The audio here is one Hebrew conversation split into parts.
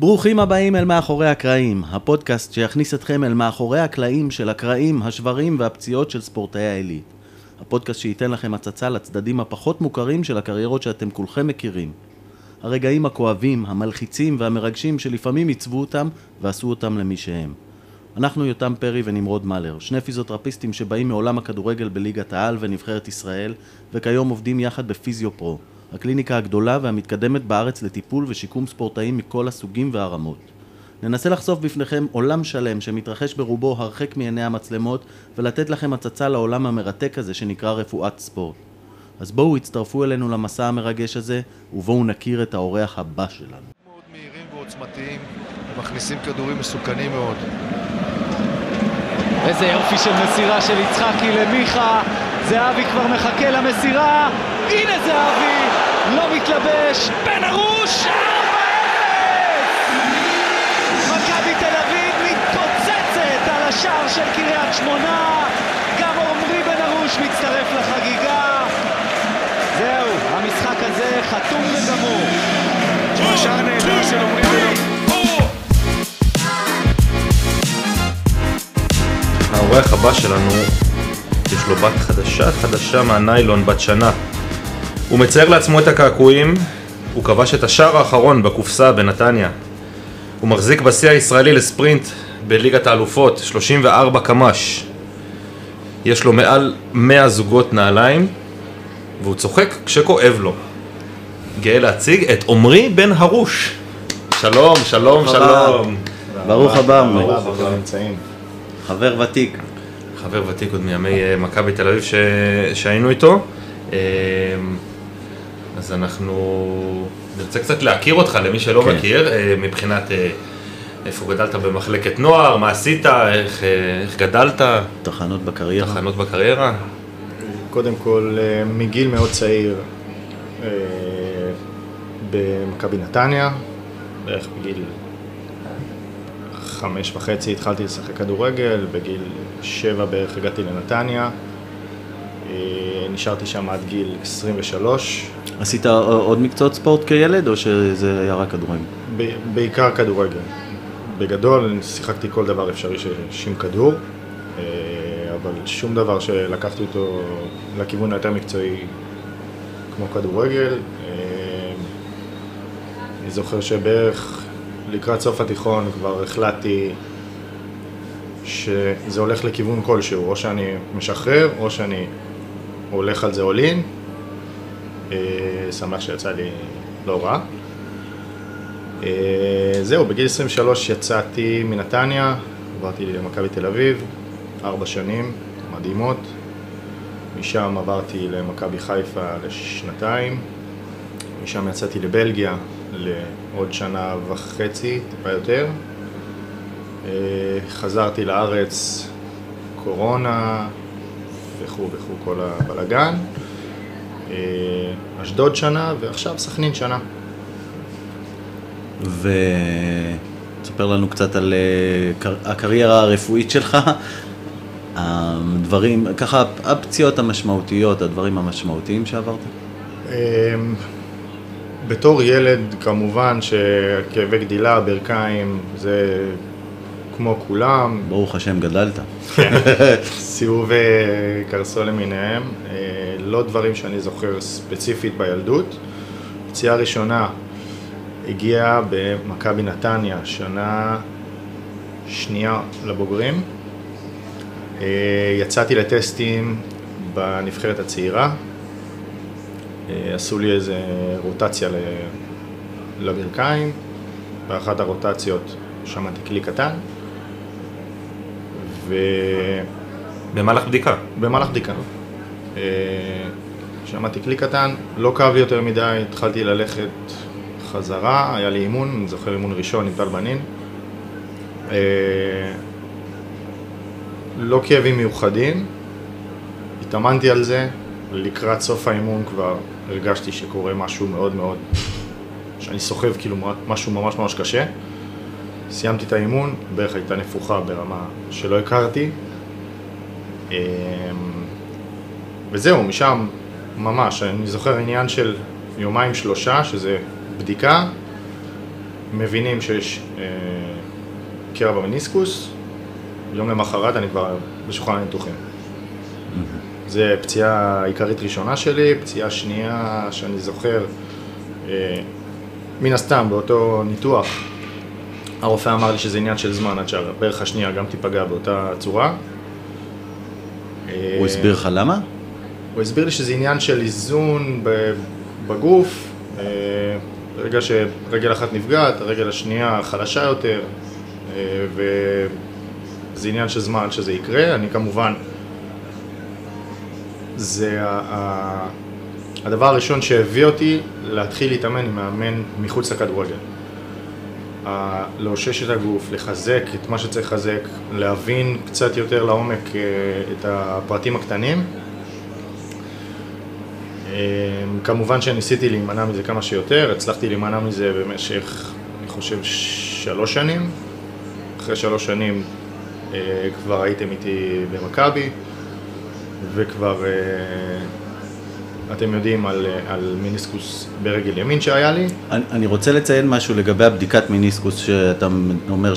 ברוכים הבאים אל מאחורי הקרעים, הפודקאסט שיכניס אתכם אל מאחורי הקלעים של הקרעים, השברים והפציעות של ספורטאי העילית. הפודקאסט שייתן לכם הצצה לצדדים הפחות מוכרים של הקריירות שאתם כולכם מכירים. הרגעים הכואבים, המלחיצים והמרגשים שלפעמים עיצבו אותם ועשו אותם למי שהם. אנחנו יותם פרי ונמרוד מלר, שני פיזיותרפיסטים שבאים מעולם הכדורגל בליגת העל ונבחרת ישראל, וכיום עובדים יחד בפיזיופרו, הקליניקה הגדולה והמתקדמת בארץ לטיפול ושיקום ספורטאים מכל הסוגים והרמות. ננסה לחשוף בפניכם עולם שלם שמתרחש ברובו הרחק מעיני המצלמות, ולתת לכם הצצה לעולם המרתק הזה שנקרא רפואת ספורט. אז בואו הצטרפו אלינו למסע המרגש הזה, ובואו נכיר את האורח הבא שלנו. מאוד מהירים ועוצמתיים, ומכניסים כדורים מסוכנים מאוד. איזה יופי של מסירה של יצחקי למיכה, זהבי כבר מחכה למסירה, הנה זהבי, לא מתלבש, בן ארוש, 4-0! מכבי תל אביב מתפוצצת על השער של קריית שמונה, גם עומרי בן ארוש מצטרף לחגיגה. זהו, המשחק הזה חתום וגמור. שער נהדר של עומרי בן ארוש. האורח הבא שלנו, יש לו בת חדשה מהניילון, בת שנה. הוא מצייר לעצמו את הקעקועים, הוא כבש את השער האחרון בקופסה בנתניה. הוא מחזיק בשיא הישראלי לספרינט בליגת האלופות, 34 קמ"ש. יש לו מעל 100 זוגות נעליים, והוא צוחק כשכואב לו. גאה להציג את עומרי בן ארוש. שלום, שלום, שלום. ברוך הבא, עומרי. ברוך הבא. חבר ותיק. חבר ותיק עוד מימי מכבי תל אביב שהיינו איתו. אז אנחנו נרצה קצת להכיר אותך למי שלא מכיר, מבחינת איפה גדלת במחלקת נוער, מה עשית, איך גדלת? תחנות בקריירה. תחנות בקריירה. קודם כל, מגיל מאוד צעיר במכבי נתניה, בערך בגיל 5.5 התחלתי לשחק כדורגל, בגיל 7 בערך הגעתי לנתניה, נשארתי שם עד גיל 23. עשית עוד מקצועות ספורט כילד או שזה היה רק כדורגל? בעיקר כדורגל. בגדול שיחקתי כל דבר אפשרי ששים כדור, אבל שום דבר שלקחתי אותו לכיוון היותר מקצועי כמו כדורגל. אני זוכר שבערך לקראת סוף התיכון כבר החלטתי שזה הולך לכיוון כלשהו, או שאני משחרר או שאני הולך על זה עולין. שמח שיצא לי לא רע. זהו, בגיל 23 יצאתי מנתניה, עברתי למכבי תל אביב, 4 שנים מדהימות. משם עברתי למכבי חיפה לשנתיים, משם יצאתי לבלגיה לעוד 1.5 שנה, טיפה יותר. חזרתי לארץ, קורונה וכו', כל הבלגן. אשדוד שנה, ועכשיו סכנין שנה. ותספר לנו קצת על הקריירה הרפואית שלך, הדברים, ככה הפציעות המשמעותיות, הדברים המשמעותיים שעברת? בתור ילד כמובן שכאבי גדילה, ברכיים, זה כמו כולם. ברוך השם גדלת. סיבובי קרסול למיניהם, לא דברים שאני זוכר ספציפית בילדות. פציעה ראשונה הגיעה במכבי נתניה, שנה שנייה לבוגרים. יצאתי לטסטים בנבחרת הצעירה, עשו לי איזה רוטציה לברכיים, באחת הרוטציות שמעתי כלי קטן, במהלך בדיקה? במהלך בדיקה. שמעתי כלי קטן, לא כאב לי יותר מדי, התחלתי ללכת חזרה, היה לי אימון, אני זוכר אימון ראשון עם טל בנין. לא כאבים מיוחדים, התאמנתי על זה, לקראת סוף האימון כבר הרגשתי שקורה משהו מאוד מאוד, שאני סוחב כאילו משהו ממש ממש קשה. סיימתי את האימון, בערך הייתה נפוחה ברמה שלא הכרתי. וזהו, משם ממש, אני זוכר עניין של 2-3 שזה בדיקה, מבינים שיש קרע במניסקוס, יום למחרת אני כבר בשולחן הניתוחים. זה פציעה עיקרית ראשונה שלי, פציעה שנייה שאני זוכר, מן הסתם באותו ניתוח, הרופא אמר לי שזה עניין של זמן עד שהברך השנייה גם תיפגע באותה צורה. הוא הסביר לך למה? הוא הסביר לי שזה עניין של איזון בגוף, ברגע שרגל אחת נפגעת, הרגל השנייה חלשה יותר, וזה עניין של זמן שזה יקרה. אני כמובן, זה הדבר הראשון שהביא אותי להתחיל להתאמן עם מאמן מחוץ לכדורגל. לאושש את הגוף, לחזק את מה שצריך לחזק, להבין קצת יותר לעומק את הפרטים הקטנים. כמובן שניסיתי להימנע מזה כמה שיותר, הצלחתי להימנע מזה במשך, אני חושב, 3 שנים. אחרי 3 שנים כבר הייתם איתי במכבי, וכבר אתם יודעים על מיניסקוס ברגל ימין שהיה לי. אני רוצה לציין משהו לגבי הבדיקת מיניסקוס, שאתה אומר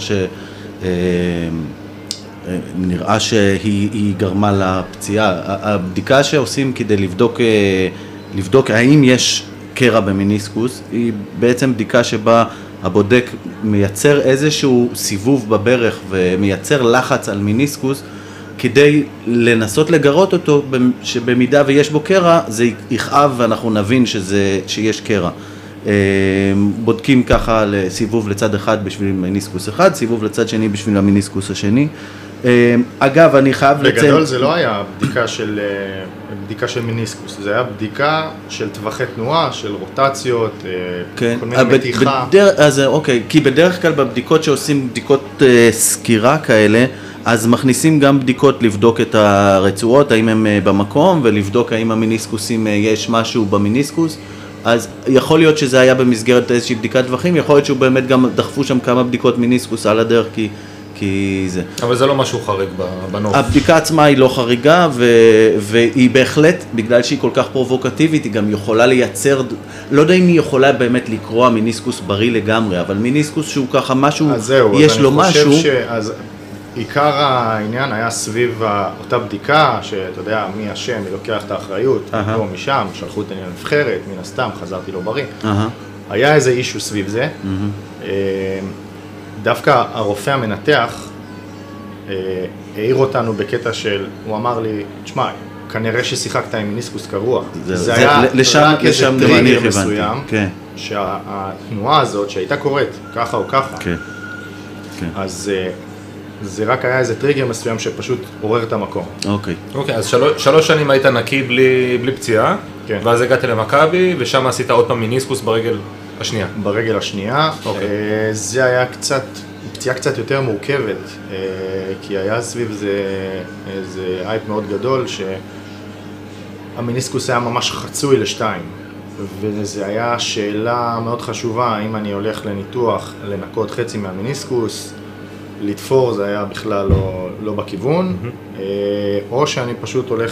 נראה שהיא גרמה לפציעה. הבדיקה שעושים כדי לבדוק האם יש קרע במיניסקוס, היא בעצם בדיקה שבה הבודק מייצר איזשהו סיבוב בברך ומייצר לחץ על מיניסקוס, כדי לנסות לגרות אותו, שבמידה ויש בו קרע, זה יכאב ואנחנו נבין שיש קרע. בודקים ככה סיבוב לצד אחד בשביל מיניסקוס אחד, סיבוב לצד שני בשביל המיניסקוס השני. אגב, אני חייב לציין... בגדול זה לא היה בדיקה של מיניסקוס, זה היה בדיקה של טווחי תנועה, של רוטציות, כן. כל מיני מתיחה. אז אוקיי, כי בדרך כלל בבדיקות שעושים בדיקות סקירה כאלה, אז מכניסים גם בדיקות לבדוק את הרצועות, האם הם במקום, ולבדוק האם המיניסקוסים יש משהו במיניסקוס. אז יכול להיות שזה היה במסגרת איזושהי בדיקת טווחים, יכול להיות שהוא באמת גם דחפו שם כמה בדיקות מיניסקוס על הדרך, כי זה... אבל זה לא משהו חריג בנוף. הבדיקה עצמה היא לא חריגה, והיא בהחלט, בגלל שהיא כל כך פרובוקטיבית, היא גם יכולה לייצר, לא יודע אם היא יכולה באמת לקרוא מיניסקוס בריא לגמרי, אבל מיניסקוס שהוא ככה משהו, יש לו משהו... עיקר העניין היה סביב אותה בדיקה, שאתה יודע, מי אשם, מי לוקח את האחריות, לא משם, שלחו אותי לנבחרת, מן הסתם, חזרתי לא בריא. היה איזה אישו סביב זה. דווקא הרופא המנתח העיר אותנו בקטע של, הוא אמר לי, תשמע, כנראה ששיחקת עם מיניסקוס קרוע. זה היה רק איזה טריגר מסוים, שהתנועה הזאת שהייתה קורית, ככה או ככה. אז... זה רק היה איזה טריגר מסוים שפשוט עורר את המקום. אוקיי, אז 3 שנים היית נקי בלי פציעה, ואז הגעת למכבי, ושם עשית עוד פעם מיניסקוס ברגל השנייה. ברגל השנייה, זה היה פציעה קצת יותר מורכבת, כי היה סביב זה אייפ מאוד גדול, שהמיניסקוס היה ממש חצוי ל2, וזה היה שאלה מאוד חשובה, האם אני הולך לניתוח לנקות חצי מהמיניסקוס, לתפור זה היה בכלל לא בכיוון, או שאני פשוט הולך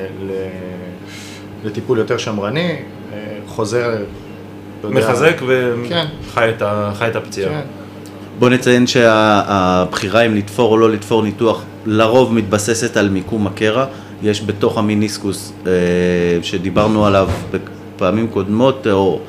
לטיפול יותר שמרני, חוזר, מחזק וחי את הפציעה. בוא נציין שהבחירה אם לתפור או לא לתפור ניתוח לרוב מתבססת על מיקום הקרע. יש בתוך המיניסקוס שדיברנו עליו בפעמים קודמות, או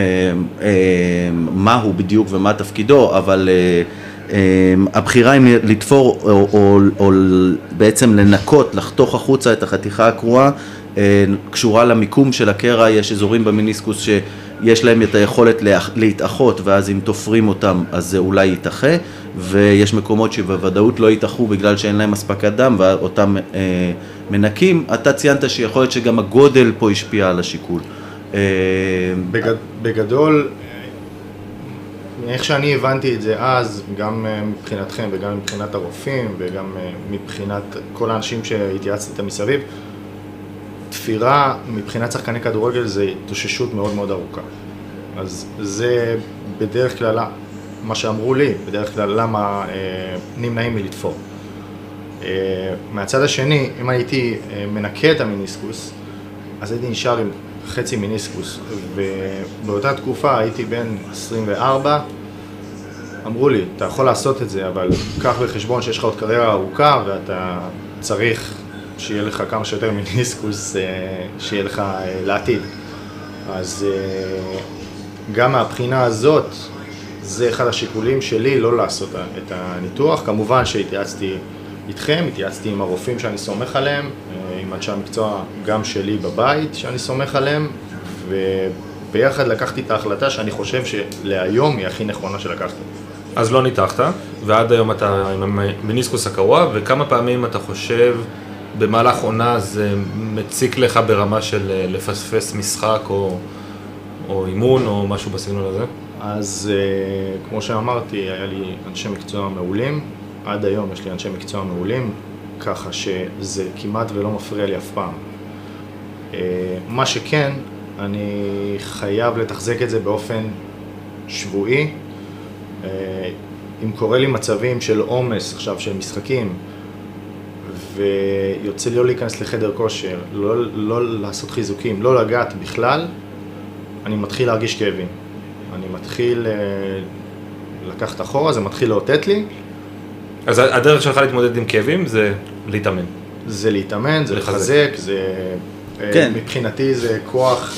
מה הוא בדיוק ומה תפקידו, אבל הבחירה אם לתפור או בעצם לנקות, לחתוך החוצה את החתיכה הקרועה, קשורה למיקום של הקרע. יש אזורים במיניסקוס שיש להם את היכולת להתאחות, ואז אם תופרים אותם אז זה אולי יתאחה, ויש מקומות שבוודאות לא יתאחו בגלל שאין להם מספקת דם ואותם מנקים. אתה ציינת שיכול להיות שגם הגודל פה השפיע על השיקול. בגדול, איך שאני הבנתי את זה אז, גם מבחינתכם וגם מבחינת הרופאים וגם מבחינת כל האנשים שהתייעצתי איתם מסביב, תפירה מבחינת שחקני כדורגל זה תוששות מאוד מאוד ארוכה. אז זה בדרך כלל, מה שאמרו לי, בדרך כלל למה נמנעים מלתפור. מהצד השני, אם הייתי מנקה את המיניסקוס, אז הייתי נשאר עם חצי מיניסקוס, ובאותה תקופה הייתי בין 24, אמרו לי, אתה יכול לעשות את זה, אבל קח בחשבון שיש לך עוד קריירה ארוכה, ואתה צריך שיהיה לך כמה שיותר מיניסקוס, שיהיה לך לעתיד. אז גם מהבחינה הזאת, זה אחד השיקולים שלי לא לעשות את הניתוח. כמובן שהתייעצתי איתכם, התייעצתי עם הרופאים שאני סומך עליהם, עם אנשי המקצוע גם שלי בבית שאני סומך עליהם, וביחד לקחתי את ההחלטה שאני חושב שלהיום היא הכי נכונה שלקחתי. אז לא ניתחת, ועד היום אתה עם המיניסקוס הקרוע, וכמה פעמים אתה חושב במהלך עונה זה מציק לך ברמה של לפספס משחק או אימון או משהו בסגנון הזה? אז כמו שאמרתי, היה לי אנשי מקצוע מעולים, עד היום יש לי אנשי מקצוע מעולים, ככה שזה כמעט ולא מפריע לי אף פעם. מה שכן, אני חייב לתחזק את זה באופן שבועי. אם קורה לי מצבים של עומס עכשיו של משחקים, ויוצא לי לא להיכנס לחדר כושר, לא לעשות חיזוקים, לא לגעת בכלל, אני מתחיל להרגיש כאבים. אני מתחיל לקחת אחורה, זה מתחיל לאותת לי. אז הדרך שלך להתמודד עם כאבים זה להתאמן. זה להתאמן, זה לחזק, זה... כן. מבחינתי זה כוח...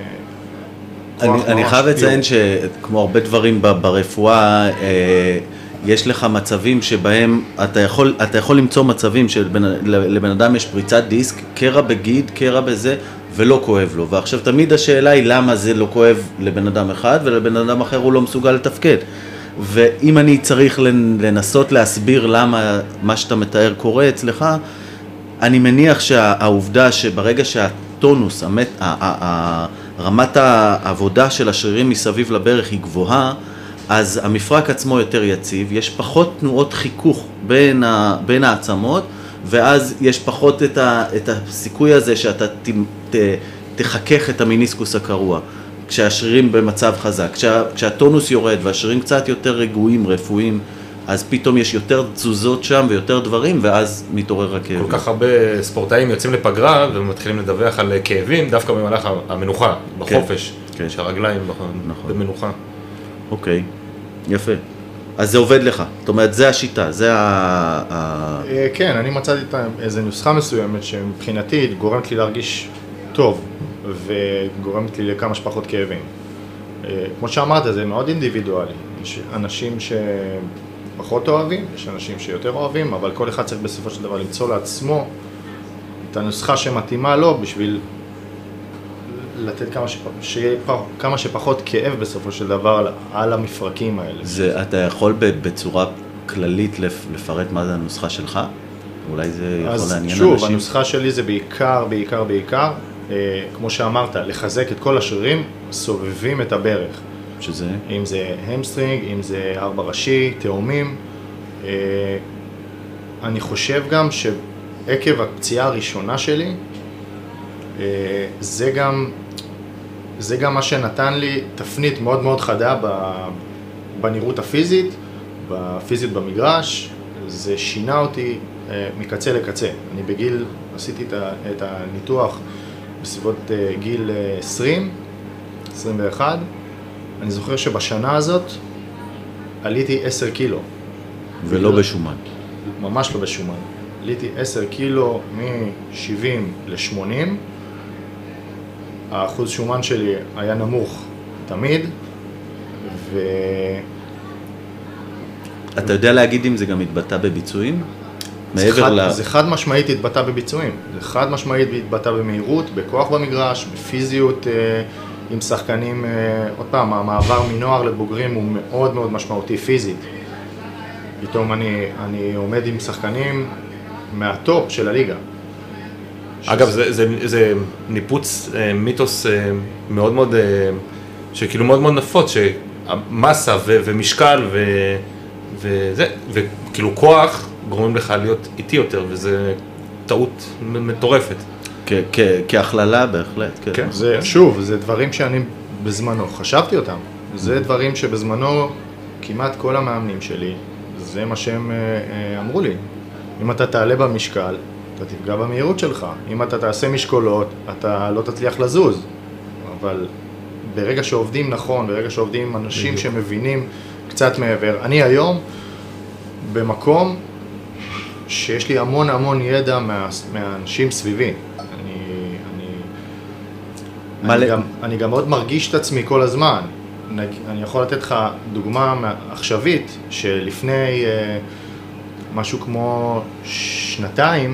אני חייב לציין שכמו הרבה דברים ברפואה, יש לך מצבים שבהם אתה יכול למצוא מצבים שלבן אדם יש פריצת דיסק, קרע בגיד, קרע בזה, ולא כואב לו. ועכשיו תמיד השאלה היא למה זה לא כואב לבן אדם אחד, ולבן אדם אחר הוא לא מסוגל לתפקד. ואם אני צריך לנסות להסביר למה מה שאתה מתאר קורה אצלך, אני מניח שהעובדה שברגע שהטונוס, רמת העבודה של השרירים מסביב לברך היא גבוהה, אז המפרק עצמו יותר יציב, יש פחות תנועות חיכוך בין העצמות, ואז יש פחות את הסיכוי הזה שאתה תחכך את המיניסקוס הקרוע, כשהשרירים במצב חזק. כשהטונוס יורד והשרירים קצת יותר רגועים, רפואיים, אז פתאום יש יותר תזוזות שם ויותר דברים, ואז מתעורר הכאבים. כל כך הרבה ספורטאים יוצאים לפגרה ומתחילים לדווח על כאבים, דווקא במהלך המנוחה, בחופש, כן. שהרגליים נכון. במנוחה. אוקיי, יפה. אז זה עובד לך, זאת אומרת, זה השיטה, זה כן, אני מצאתי איזו נוסחה מסוימת שמבחינתי גורמת לי להרגיש טוב, וגורמת לי לכמה שפחות כאבים. כמו שאמרת, זה מאוד אינדיבידואלי. יש אנשים שפחות אוהבים, יש אנשים שיותר אוהבים, אבל כל אחד צריך בסופו של דבר למצוא לעצמו את הנוסחה שמתאימה לו בשביל לתת שיהיה כמה שפחות כאב בסופו של דבר על המפרקים האלה. אתה יכול בצורה כללית לפרט מה זה הנוסחה שלך? אולי זה יכול לעניין אנשים? אז שוב, הנוסחה שלי זה בעיקר, כמו שאמרת, לחזק את כל השרירים, סובבים את הברך. שזה? אם זה המסטרינג, אם זה ארבע ראשי, תאומים. אני חושב גם שעקב הפציעה הראשונה שלי, זה גם מה שנתן לי תפנית מאוד מאוד חדה בנראות הפיזית, במגרש. זה שינה אותי מקצה לקצה. אני בגיל, עשיתי את הניתוח בסביבות גיל 20, 21. אני זוכר שבשנה הזאת עליתי 10 קילו. ולא בשומן. ממש לא בשומן. עליתי 10 קילו מ-70 ל-80. האחוז שומן שלי היה נמוך תמיד, אתה יודע להגיד אם זה גם התבטא בביצועים? זה חד משמעית התבטא בביצועים. זה חד משמעית התבטא במהירות, בכוח במגרש, בפיזיות עם שחקנים. עוד פעם, המעבר מנוער לבוגרים הוא מאוד מאוד משמעותי פיזית. פתאום אני עומד עם שחקנים מהטופ של הליגה. אגב, זה ניפוץ מיתוס מאוד מאוד, שכאילו מאוד מאוד נפוץ, שמסה ומשקל וזה, וכאילו כוח גורמים לך להיות איטי יותר, וזה טעות מטורפת. כהכללה בהחלט, כן. שוב, זה דברים שאני בזמנו חשבתי אותם. זה דברים שבזמנו כמעט כל המאמנים שלי, זה מה שהם אמרו לי. אם אתה תעלה במשקל, אתה תפגע במהירות שלך. אם אתה תעשה משקולות, אתה לא תצליח לזוז. אבל ברגע שעובדים נכון, ברגע שעובדים עם אנשים שמבינים קצת מעבר. אני היום במקום שיש לי המון ידע מהאנשים סביבי. אני גם מאוד מרגיש את עצמי כל הזמן. אני יכול לתת לך דוגמה עכשווית, שלפני משהו כמו 2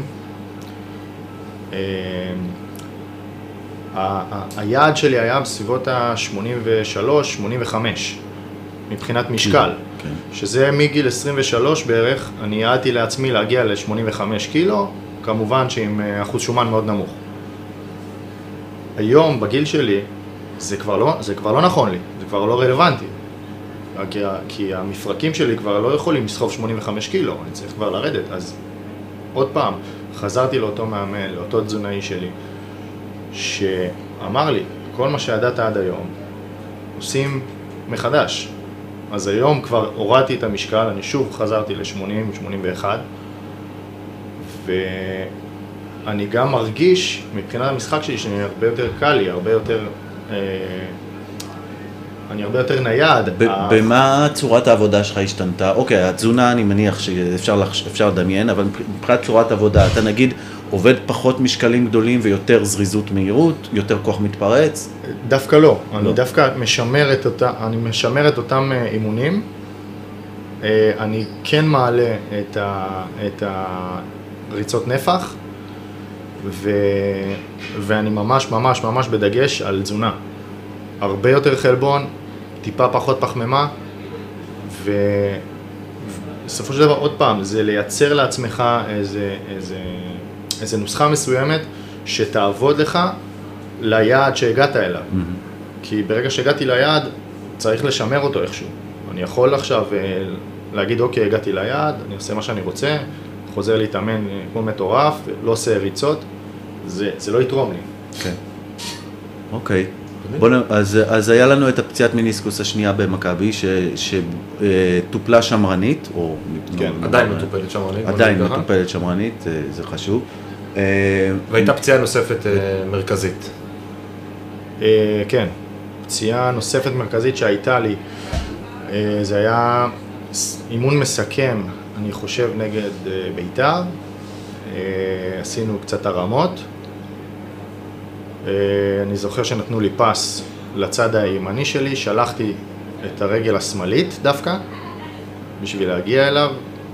היעד שלי היה בסביבות ה-83-85 מבחינת משקל, שזה מגיל 23 בערך, אני יעדתי לעצמי להגיע ל-85 קילו, כמובן שעם אחוז שומן מאוד נמוך. היום בגיל שלי זה כבר לא נכון לי, זה כבר לא רלוונטי, כי המפרקים שלי כבר לא יכולים לסחוב 85 קילו, אני צריך כבר לרדת. אז עוד פעם, חזרתי לאותו מאמן, לאותו תזונאי שלי, שאמר לי, כל מה שידעת עד היום, עושים מחדש. אז היום כבר הורדתי את המשקל, אני שוב חזרתי ל-80, 81, ואני גם מרגיש, מבחינת המשחק שלי, שאני הרבה יותר קל לי, אני הרבה יותר נייד. במה צורת העבודה שלך השתנתה? אוקיי, התזונה אני מניח שאפשר לדמיין, אבל מבחינת צורת עבודה, אתה נגיד עובד פחות משקלים גדולים ויותר זריזות מהירות, יותר כוח מתפרץ? דווקא לא, אני דווקא משמר את אותם אימונים. אני כן מעלה את הריצות נפח, ואני ממש בדגש על תזונה. הרבה יותר חלבון, טיפה פחות פחמימה, ובסופו של דבר עוד פעם, זה לייצר לעצמך איזה נוסחה מסוימת שתעבוד לך ליעד שהגעת אליו. כי ברגע שהגעתי ליעד, צריך לשמר אותו איכשהו. אני יכול עכשיו להגיד, אוקיי, הגעתי ליעד, אני עושה מה שאני רוצה, חוזר להתאמן כמו מטורף, לא עושה ריצות, זה לא יתרום לי. כן. אוקיי. אז היה לנו את הפציעת מיניסקוס השנייה במכבי, שטופלה שמרנית, או... כן, עדיין מטופלת שמרנית. עדיין מטופלת שמרנית, זה חשוב. והייתה פציעה נוספת מרכזית. כן, פציעה נוספת מרכזית שהייתה לי, זה היה אימון מסכם, אני חושב, נגד בית"ר. עשינו קצת הרמות. אני זוכר שנתנו לי פס לצד הימני שלי, שלחתי את הרגל השמאלית דווקא, בשביל להגיע אליו,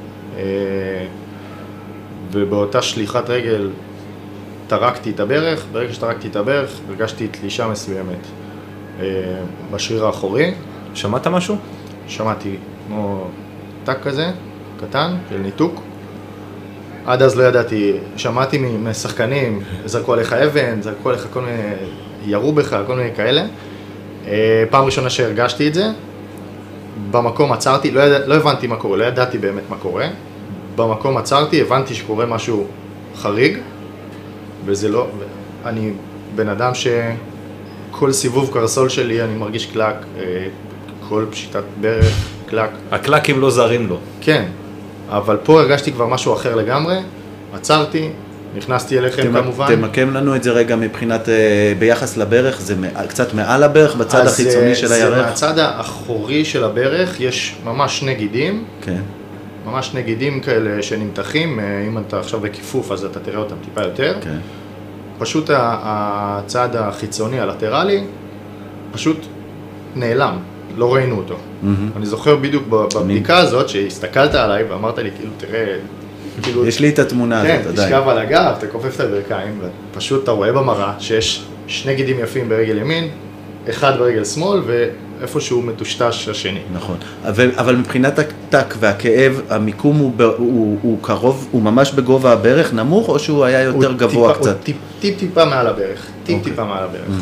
ובאותה שליחת רגל טרקתי את הברך. ברגע שטרקתי את הברך, הרגשתי תלישה מסוימת בשריר האחורי. שמעת משהו? שמעתי כמו טק כזה, קטן, של ניתוק. עד אז לא ידעתי, שמעתי משחקנים, זרקו עליך אבן, זרקו עליך כל מיני, ירו בך, כל מיני כאלה. פעם ראשונה שהרגשתי את זה, במקום עצרתי, לא הבנתי מה קורה, לא ידעתי באמת מה קורה. במקום עצרתי, הבנתי שקורה משהו חריג, וזה לא, אני בן אדם שכל סיבוב קרסול שלי אני מרגיש קלק, כל פשיטת ברך, קלק. הקלקים לא זרים לו. כן. אבל פה הרגשתי כבר משהו אחר לגמרי, עצרתי, נכנסתי אליכם כמובן. תמקם לנו את זה רגע מבחינת, ביחס לברך, זה קצת מעל הברך, בצד החיצוני של הירך? אז זה מהצד האחורי של הברך, יש ממש 2 גידים, כן. ממש 2 גידים כאלה שנמתחים, אם אתה עכשיו בכיפוף אז אתה תראה אותם טיפה יותר. כן. פשוט הצד החיצוני, הלטרלי, פשוט נעלם. לא ראינו אותו. אני זוכר בדיוק בבדיקה הזאת שהסתכלת עליי ואמרת לי, כאילו, תראה, כאילו... יש לי את התמונה הזאת עדיין. כן, תשכב על הגב, אתה כופף את הברכיים, ופשוט אתה רואה במראה שיש 2 גידים יפים ברגל ימין, 1 ברגל שמאל, ואיפשהו מטושטש השני. נכון. אבל מבחינת הטק והכאב, המיקום הוא קרוב, הוא ממש בגובה הברך, נמוך, או שהוא היה יותר גבוה קצת? הוא טיפה מעל הברך. טיפה מעל הברך.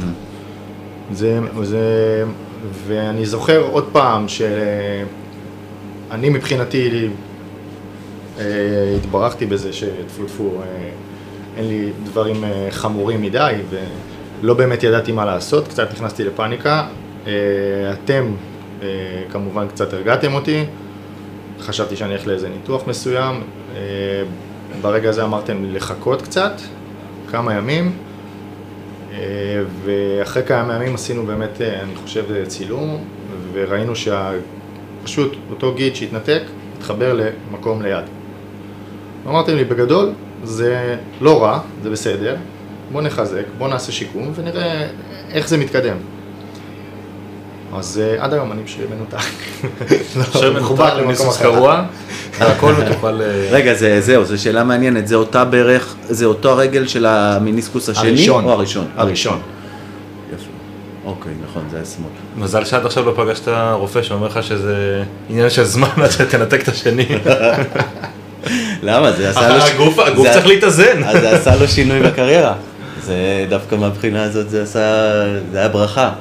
ואני זוכר עוד פעם שאני מבחינתי התברכתי בזה שטפו אין לי דברים חמורים מדי ולא באמת ידעתי מה לעשות, קצת נכנסתי לפאניקה. אתם כמובן קצת הרגעתם אותי, חשבתי שאני הולך לאיזה ניתוח מסוים, ברגע הזה אמרתם לחכות קצת, כמה ימים, ואחרי כמה ימים עשינו באמת, אני חושב, צילום, וראינו פשוט אותו גיד שהתנתק, התחבר למקום ליד. אמרתם לי, בגדול, זה לא רע, זה בסדר, בוא נחזק, בוא נעשה שיקום ונראה איך זה מתקדם. אז עד היום אני בשביל מנותק. שרירים מנותק, ניסוס קרוע, והכל מטופל... רגע, זהו, זו שאלה מעניינת, זה אותה ברך, זה אותו הרגל של המיניסקוס השני או הראשון? הראשון. יפה. אוקיי, נכון, זה היה שמאל. מזל שעד עכשיו לא פגשת רופא שאומר לך שזה עניין של זמן עד שתנתק את השני. למה? זה עשה לו... הגוף צריך להתאזן. אז זה עשה לו שינוי בקריירה. זה דווקא מהבחינה הזאת, זה היה ברכה.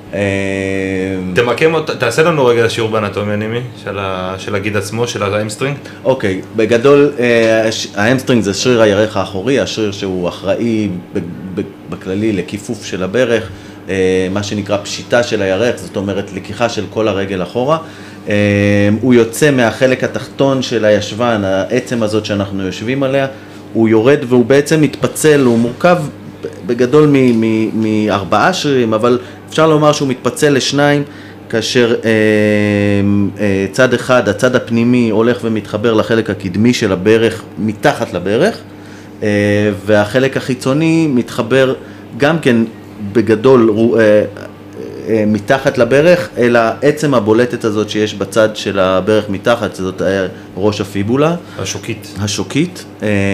תמקם, תעשה לנו רגע שיעור באנטומיה נימי, של הגיד עצמו, של האמסטרינג. אוקיי, בגדול, האמסטרינג זה שריר הירך האחורי, השריר שהוא אחראי בכללי לכיפוף של הברך, מה שנקרא פשיטה של הירך, זאת אומרת לקיחה של כל הרגל אחורה. הוא יוצא מהחלק התחתון של הישבן, העצם הזאת שאנחנו יושבים עליה, הוא יורד והוא בעצם מתפצל, הוא מורכב בגדול מ4 שרירים, אבל אפשר לומר שהוא מתפצל לשניים, כאשר צד אחד, הצד הפנימי, הולך ומתחבר לחלק הקדמי של הברך, מתחת לברך, והחלק החיצוני מתחבר גם כן בגדול מתחת לברך, אלא עצם הבולטת הזאת שיש בצד של הברך מתחת, זאת ראש הפיבולה. השוקית.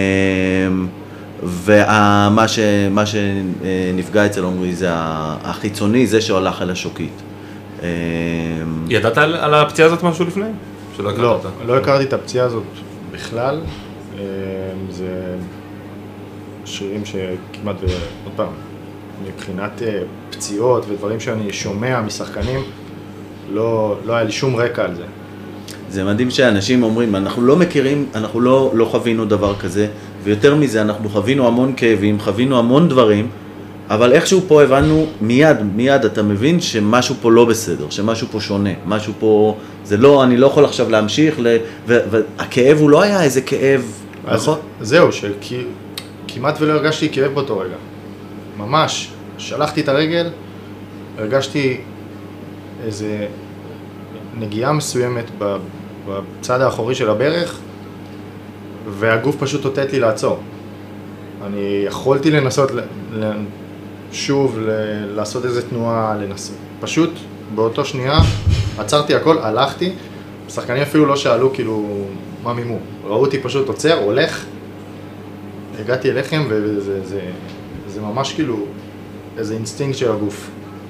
ומה שנפגע אצל עומרי זה החיצוני, זה שהולך אל השוקית. ידעת על הפציעה הזאת משהו לפני? לא הכרתי את הפציעה הזאת בכלל. זה שרירים שכמעט, עוד פעם, מבחינת פציעות ודברים שאני שומע משחקנים, לא היה לי שום רקע על זה. זה מדהים שאנשים אומרים, אנחנו לא מכירים, אנחנו לא חווינו דבר כזה, ויותר מזה, אנחנו חווינו המון כאבים, חווינו המון דברים, אבל איכשהו פה הבנו מיד אתה מבין שמשהו פה לא בסדר, שמשהו פה שונה, משהו פה, זה לא, אני לא יכול עכשיו להמשיך, והכאב הוא לא היה איזה כאב, נכון? זהו, שכמעט ולא הרגשתי כאב באותו רגע. ממש, שלחתי את הרגל, הרגשתי איזה נגיעה מסוימת בצד האחורי של הברך, והגוף פשוט אותת לי לעצור. אני יכולתי לנסות שוב לעשות איזה תנועה, לנסות. פשוט באותו שנייה עצרתי הכל, הלכתי, שחקנים אפילו לא שאלו כאילו מה מימו. ראו אותי פשוט עוצר, הולך, הגעתי אליכם וזה ממש כאילו איזה אינסטינקט של הגוף.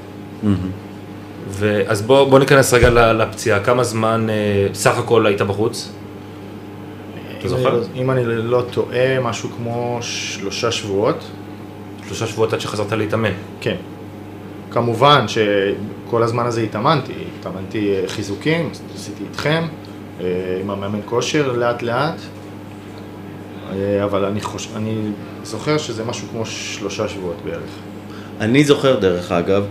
אז בוא ניכנס רגע לפציעה. כמה זמן סך הכל היית בחוץ? אתה זוכר? אם אני לא טועה, משהו כמו 3 שבועות. 3 שבועות עד שחזרת להתאמן? כן. כמובן שכל הזמן הזה התאמנתי חיזוקים, עשיתי איתכם, עם המאמן כושר לאט לאט, אבל אני זוכר שזה משהו כמו 3 שבועות בערך. אני זוכר דרך אגב,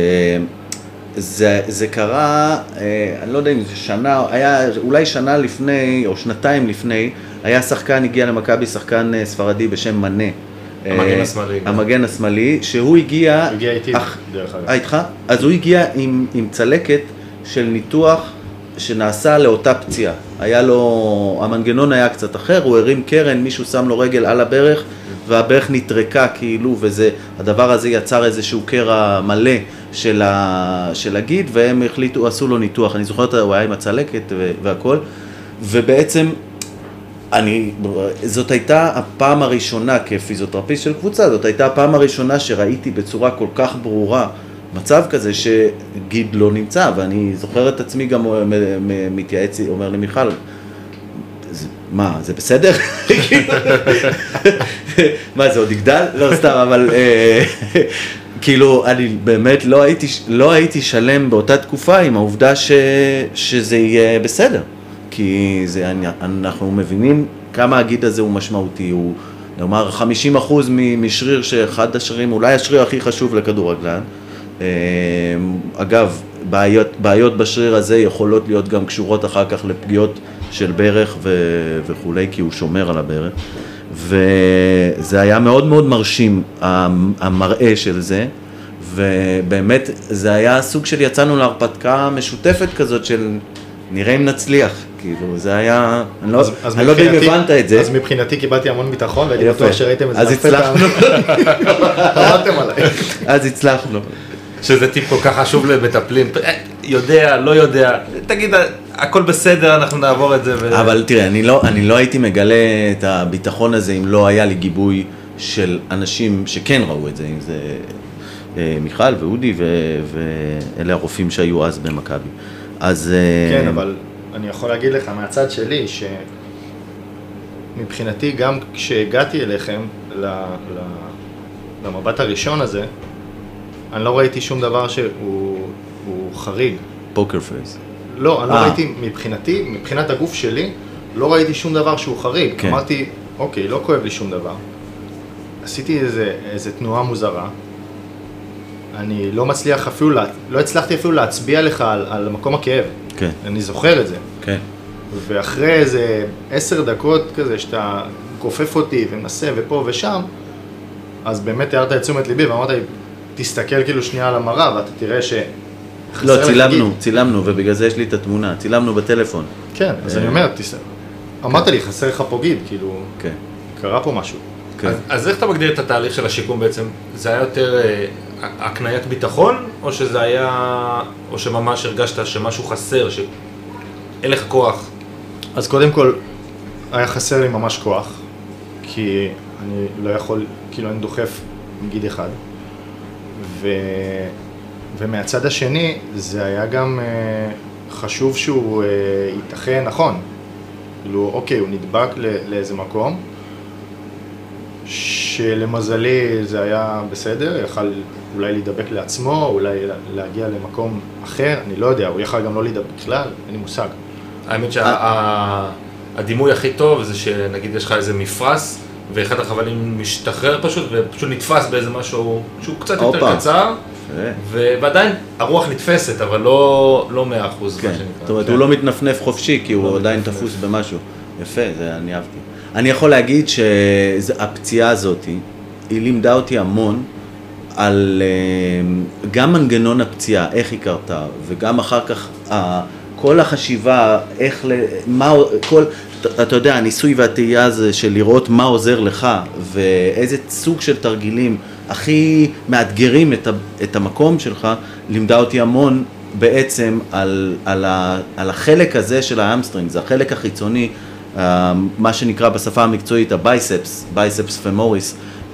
זה קרה, אני לא יודע אם זה שנה, היה אולי שנה לפני או שנתיים לפני, היה שחקן, הגיע למכבי, שחקן ספרדי בשם מנה. המגן השמאלי. המגן השמאלי, שהוא הגיע... הוא הגיע איתי דרך אגב. איתך? אז הוא הגיע עם צלקת של ניתוח שנעשה לאותה פציעה. היה לו, המנגנון היה קצת אחר, הוא הרים קרן, מישהו שם לו רגל על הברך, והברך נטרקה כאילו, הדבר הזה יצר איזשהו קרע מלא של הגיד, והם החליטו, עשו לו ניתוח. אני זוכרת, הוא היה עם הצלקת והכל, ובעצם זאת הייתה הפעם הראשונה כפיזיותרפיסט של קבוצה, זאת הייתה הפעם הראשונה שראיתי בצורה כל כך ברורה מצב כזה שגיד לא נמצא, ואני זוכר את עצמי גם מתייעץ, אומר לי מיכל, מה, זה בסדר? מה, זה עוד יגדל? לא, סתם, אבל כאילו, אני באמת לא הייתי שלם באותה תקופה עם העובדה שזה יהיה בסדר. כי אנחנו מבינים כמה הגיד הזה הוא משמעותי, הוא נאמר 50% משריר שאחד השרירים, אולי השריר הכי חשוב לכדורגלן. אגב, בעיות בשריר הזה יכולות להיות גם קשורות אחר כך לפגיעות של ברך וכולי, כי הוא שומר על הברך. וזה היה מאוד מאוד מרשים, המראה של זה, ובאמת זה היה סוג של יצאנו להרפתקה משותפת כזאת של נראה אם נצליח, כאילו, זה היה, אני לא יודע אם הבנת את זה. אז מבחינתי קיבלתי המון ביטחון, והייתי בטוח שראיתם את זה. אז הצלחנו. עבדתם עליי. אז הצלחנו. שזה טיפ כל כך חשוב למטפלים, יודע, לא יודע, תגיד, הכל בסדר, אנחנו נעבור את זה. אבל תראה, אני לא הייתי מגלה את הביטחון הזה אם לא היה לי גיבוי של אנשים שכן ראו את זה, אם זה מיכל ואודי ואלה הרופאים שהיו אז במכבי. אז... כן, אבל אני יכול להגיד לך מהצד שלי שמבחינתי גם כשהגעתי אליכם למבט הראשון הזה, אני לא ראיתי שום דבר שהוא חריג. פוקר פייס. לא, אני לא ראיתי, מבחינת הגוף שלי, לא ראיתי שום דבר שהוא חריג. כן. אמרתי, אוקיי, לא כואב לי שום דבר. עשיתי איזה תנועה מוזרה. אני לא מצליח אפילו, לא הצלחתי אפילו להצביע לך על מקום הכאב. כן. אני זוכר את זה. כן. ואחרי איזה 10 דקות כזה שאתה כופף אותי ומנסה ופה ושם, אז באמת תיארת את תשומת ליבי ואמרת לי, תסתכל כאילו שנייה על המראה ואתה תראה ש... לא, צילמנו, ובגלל זה יש לי את התמונה, צילמנו בטלפון. כן, אז אני אומר, אמרת לי, חסר לך פה גיד, כאילו, כן. קרה פה משהו. אז איך אתה מגדיר את התהליך של השיקום בעצם? זה היה יותר הקניית ביטחון, או שזה היה, או שממש הרגשת שמשהו חסר, שאין לך כוח? אז קודם כל, היה חסר לי ממש כוח, כי אני לא יכול, כאילו אני דוחף גיד אחד, ומהצד השני, זה היה גם חשוב שהוא ייתכן נכון. כאילו, אוקיי, הוא נדבק לאיזה מקום, שלמזלי זה היה בסדר, יכל אולי להידבק לעצמו, אולי להגיע למקום אחר, אני לא יודע, הוא יכל גם לא להידבק בכלל, אין לי מושג. האמת שהדימוי הכי טוב זה שנגיד יש לך איזה מפרס, ואחד החבלים משתחרר פשוט, ופשוט נתפס באיזה משהו שהוא קצת יותר קצר, ועדיין הרוח נתפסת, אבל לא 100%. כן, זאת אומרת, הוא לא מתנפנף חופשי, כי הוא עדיין תפוס במשהו. יפה, זה אני אהבתי. אני יכול להגיד שהפציעה הזאת, היא לימדה אותי המון על גם מנגנון הפציעה, איך היא קרתה, וגם אחר כך כל החשיבה, איך, אתה יודע, הניסוי והתהייה הזה של לראות מה עוזר לך, ואיזה סוג של תרגילים הכי מאתגרים את המקום שלך, לימדה אותי המון בעצם על החלק הזה של האמסטרינג, זה החלק החיצוני, מה שנקרא בשפה המקצועית הבייספס פמוריס,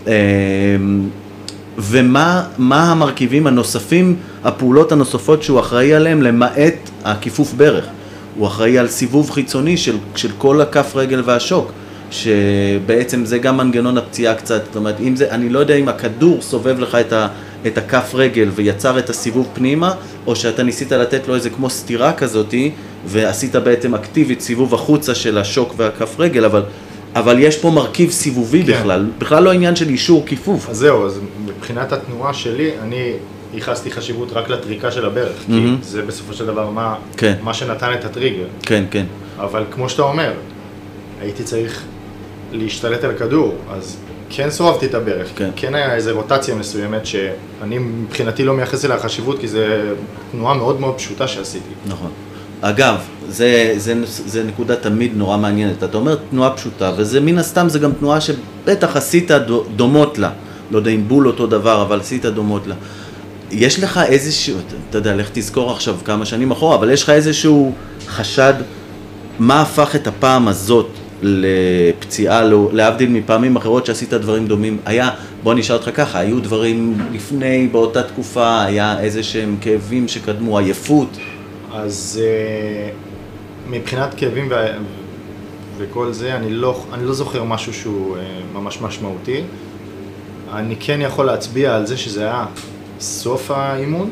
ומה המרכיבים הנוספים, הפעולות הנוספות שהוא אחראי עליהם, למעט הכיפוף ברך. הוא אחראי על סיבוב חיצוני של כל הכף רגל והשוק, שבעצם זה גם מנגנון הפציעה קצת, זאת אומרת, אם זה, אני לא יודע אם הכדור סובב לך את הכף רגל ויצר את הסיבוב פנימה, או שאתה ניסית לתת לו איזה כמו סתירה כזאתי, ועשית בעצם אקטיבית סיבוב החוצה של השוק והכף רגל, אבל יש פה מרכיב סיבובי בכלל לא עניין של אישור כיפוף. אז זהו, אז מבחינת התנועה שלי, אני ייחסתי חשיבות רק לטריקה של הברך, כי זה בסופו של דבר מה שנתן את הטריגר. כן, כן. אבל כמו שאתה אומר, הייתי צריך להשתלט על הכדור, אז כן סובבתי את הברך, כן היה איזו רוטציה מסוימת שאני מבחינתי לא מייחס אליה חשיבות, כי זו תנועה מאוד מאוד פשוטה שעשיתי. נכון. אגב, זה נקודה תמיד נורא מעניינת. אתה אומר תנועה פשוטה, וזה מן הסתם, זה גם תנועה שבטח עשית דומות לה. לא יודע אם בול אותו דבר, אבל עשית דומות לה. יש לך איזשהו, אתה יודע, לך תזכור עכשיו כמה שנים אחורה, אבל יש לך איזשהו חשד, מה הפך את הפעם הזאת לפציעה, להבדיל מפעמים אחרות שעשית דברים דומים? בוא נשאל אותך ככה, היו דברים לפני, באותה תקופה, היה איזה שהם כאבים שקדמו, עייפות? אז מבחינת כאבים וכל זה, אני לא זוכר משהו שהוא ממש משמעותי. אני כן יכול להצביע על זה שזה היה סוף האימון,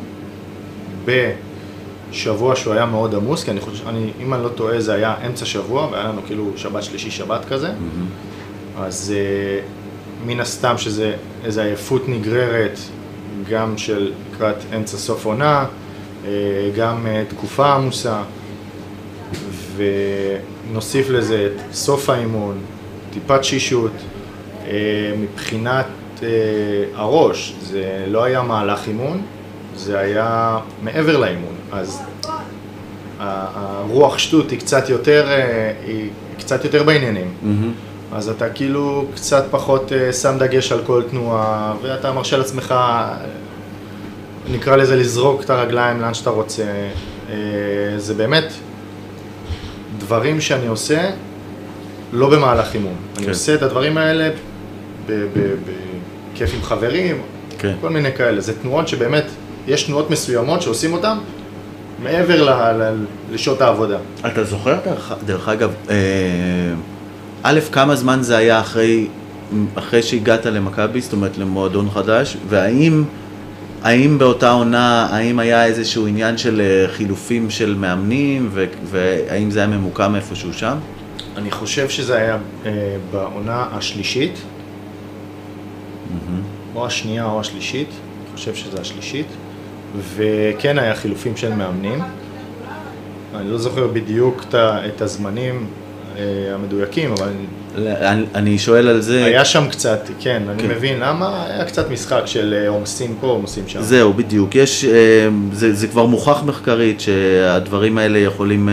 בשבוע שהוא היה מאוד עמוס, כי אם אני לא טועה זה היה אמצע שבוע, והיה לנו כאילו שבת שלישי שבת כזה. אז מן הסתם שזה איזו עייפות נגררת, גם של לקראת אמצע סוף עונה, גם תקופה עמוסה, ונוסיף לזה את סוף האימון, טיפת שישות. מבחינת הראש, זה לא היה מהלך אימון, זה היה מעבר לאימון, אז הרוח שטות היא קצת יותר בעניינים. אז אתה כאילו קצת פחות שם דגש על כל תנועה, ואתה מרשה לעצמך, נקרא לזה לזרוק את הרגליים לאן שאתה רוצה. זה באמת דברים שאני עושה לא במהלך אימון. אני עושה את הדברים האלה בכיף עם חברים, כל מיני כאלה. זה תנועות שבאמת, יש תנועות מסוימות שעושים אותן מעבר לשעות העבודה. אתה זוכר דרך אגב, א', כמה זמן זה היה אחרי שהגעת למכבי, זאת אומרת למועדון חדש, האם באותה עונה, האם היה איזשהו עניין של חילופים של מאמנים, והאם זה היה ממוקם איפשהו שם? אני חושב שזה היה בעונה השלישית, או השנייה או השלישית, אני חושב שזה השלישית, וכן היה חילופים של מאמנים. אני לא זוכר בדיוק את הזמנים המדויקים, אבל אני שואל על זה. היה שם קצת, כן, אני מבין למה, היה קצת משחק של עומסים פה, עומסים שם. זהו, בדיוק. זה כבר מוכח מחקרית שהדברים האלה יכולים,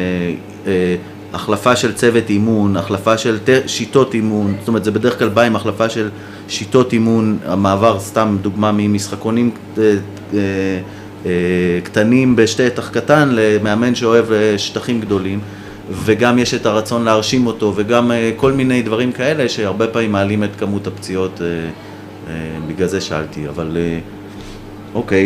החלפה של צוות אימון, החלפה של שיטות אימון, זאת אומרת, זה בדרך כלל בא עם החלפה של שיטות אימון, המעבר, סתם דוגמה ממשחקונים קטנים בשטח קטן למאמן שאוהב שטחים גדולים, וגם יש את הרצון להרשים אותו, וגם כל מיני דברים כאלה שהרבה פעמים מעלים את כמות הפציעות, בגלל זה שאלתי, אבל אוקיי.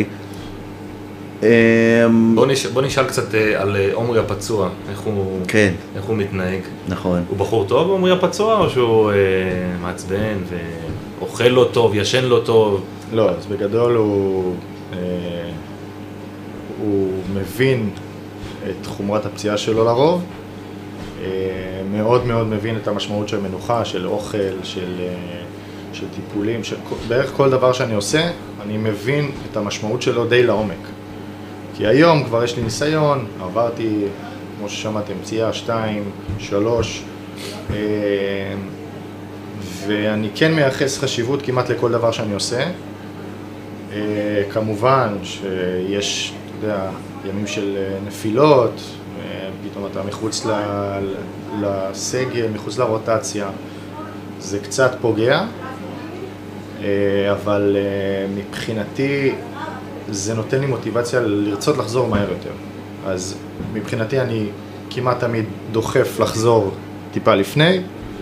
בוא נשאל קצת על עומרי הפצוע, איך הוא מתנהג. נכון. הוא בחור טוב, עומרי הפצוע, או שהוא מעצבן ואוכל לא טוב, ישן לא טוב? לא, אז בגדול הוא מבין את חומרת הפציעה שלו לרוב, מאוד מאוד מבין את המשמעות של מנוחה, של אוכל, של טיפולים, בערך כל דבר שאני עושה, אני מבין את המשמעות שלו די לעומק. כי היום כבר יש לי ניסיון, עברתי, כמו ששמעתם, פציעה 2, 3, ואני כן מייחס חשיבות כמעט לכל דבר שאני עושה. כמובן שיש, אתה יודע, ימים של נפילות, פתאום אתה מחוץ לסגל, מחוץ לרוטציה, זה קצת פוגע, אבל מבחינתי זה נותן לי מוטיבציה לרצות לחזור מהר יותר. אז מבחינתי אני כמעט תמיד דוחף לחזור טיפה לפני.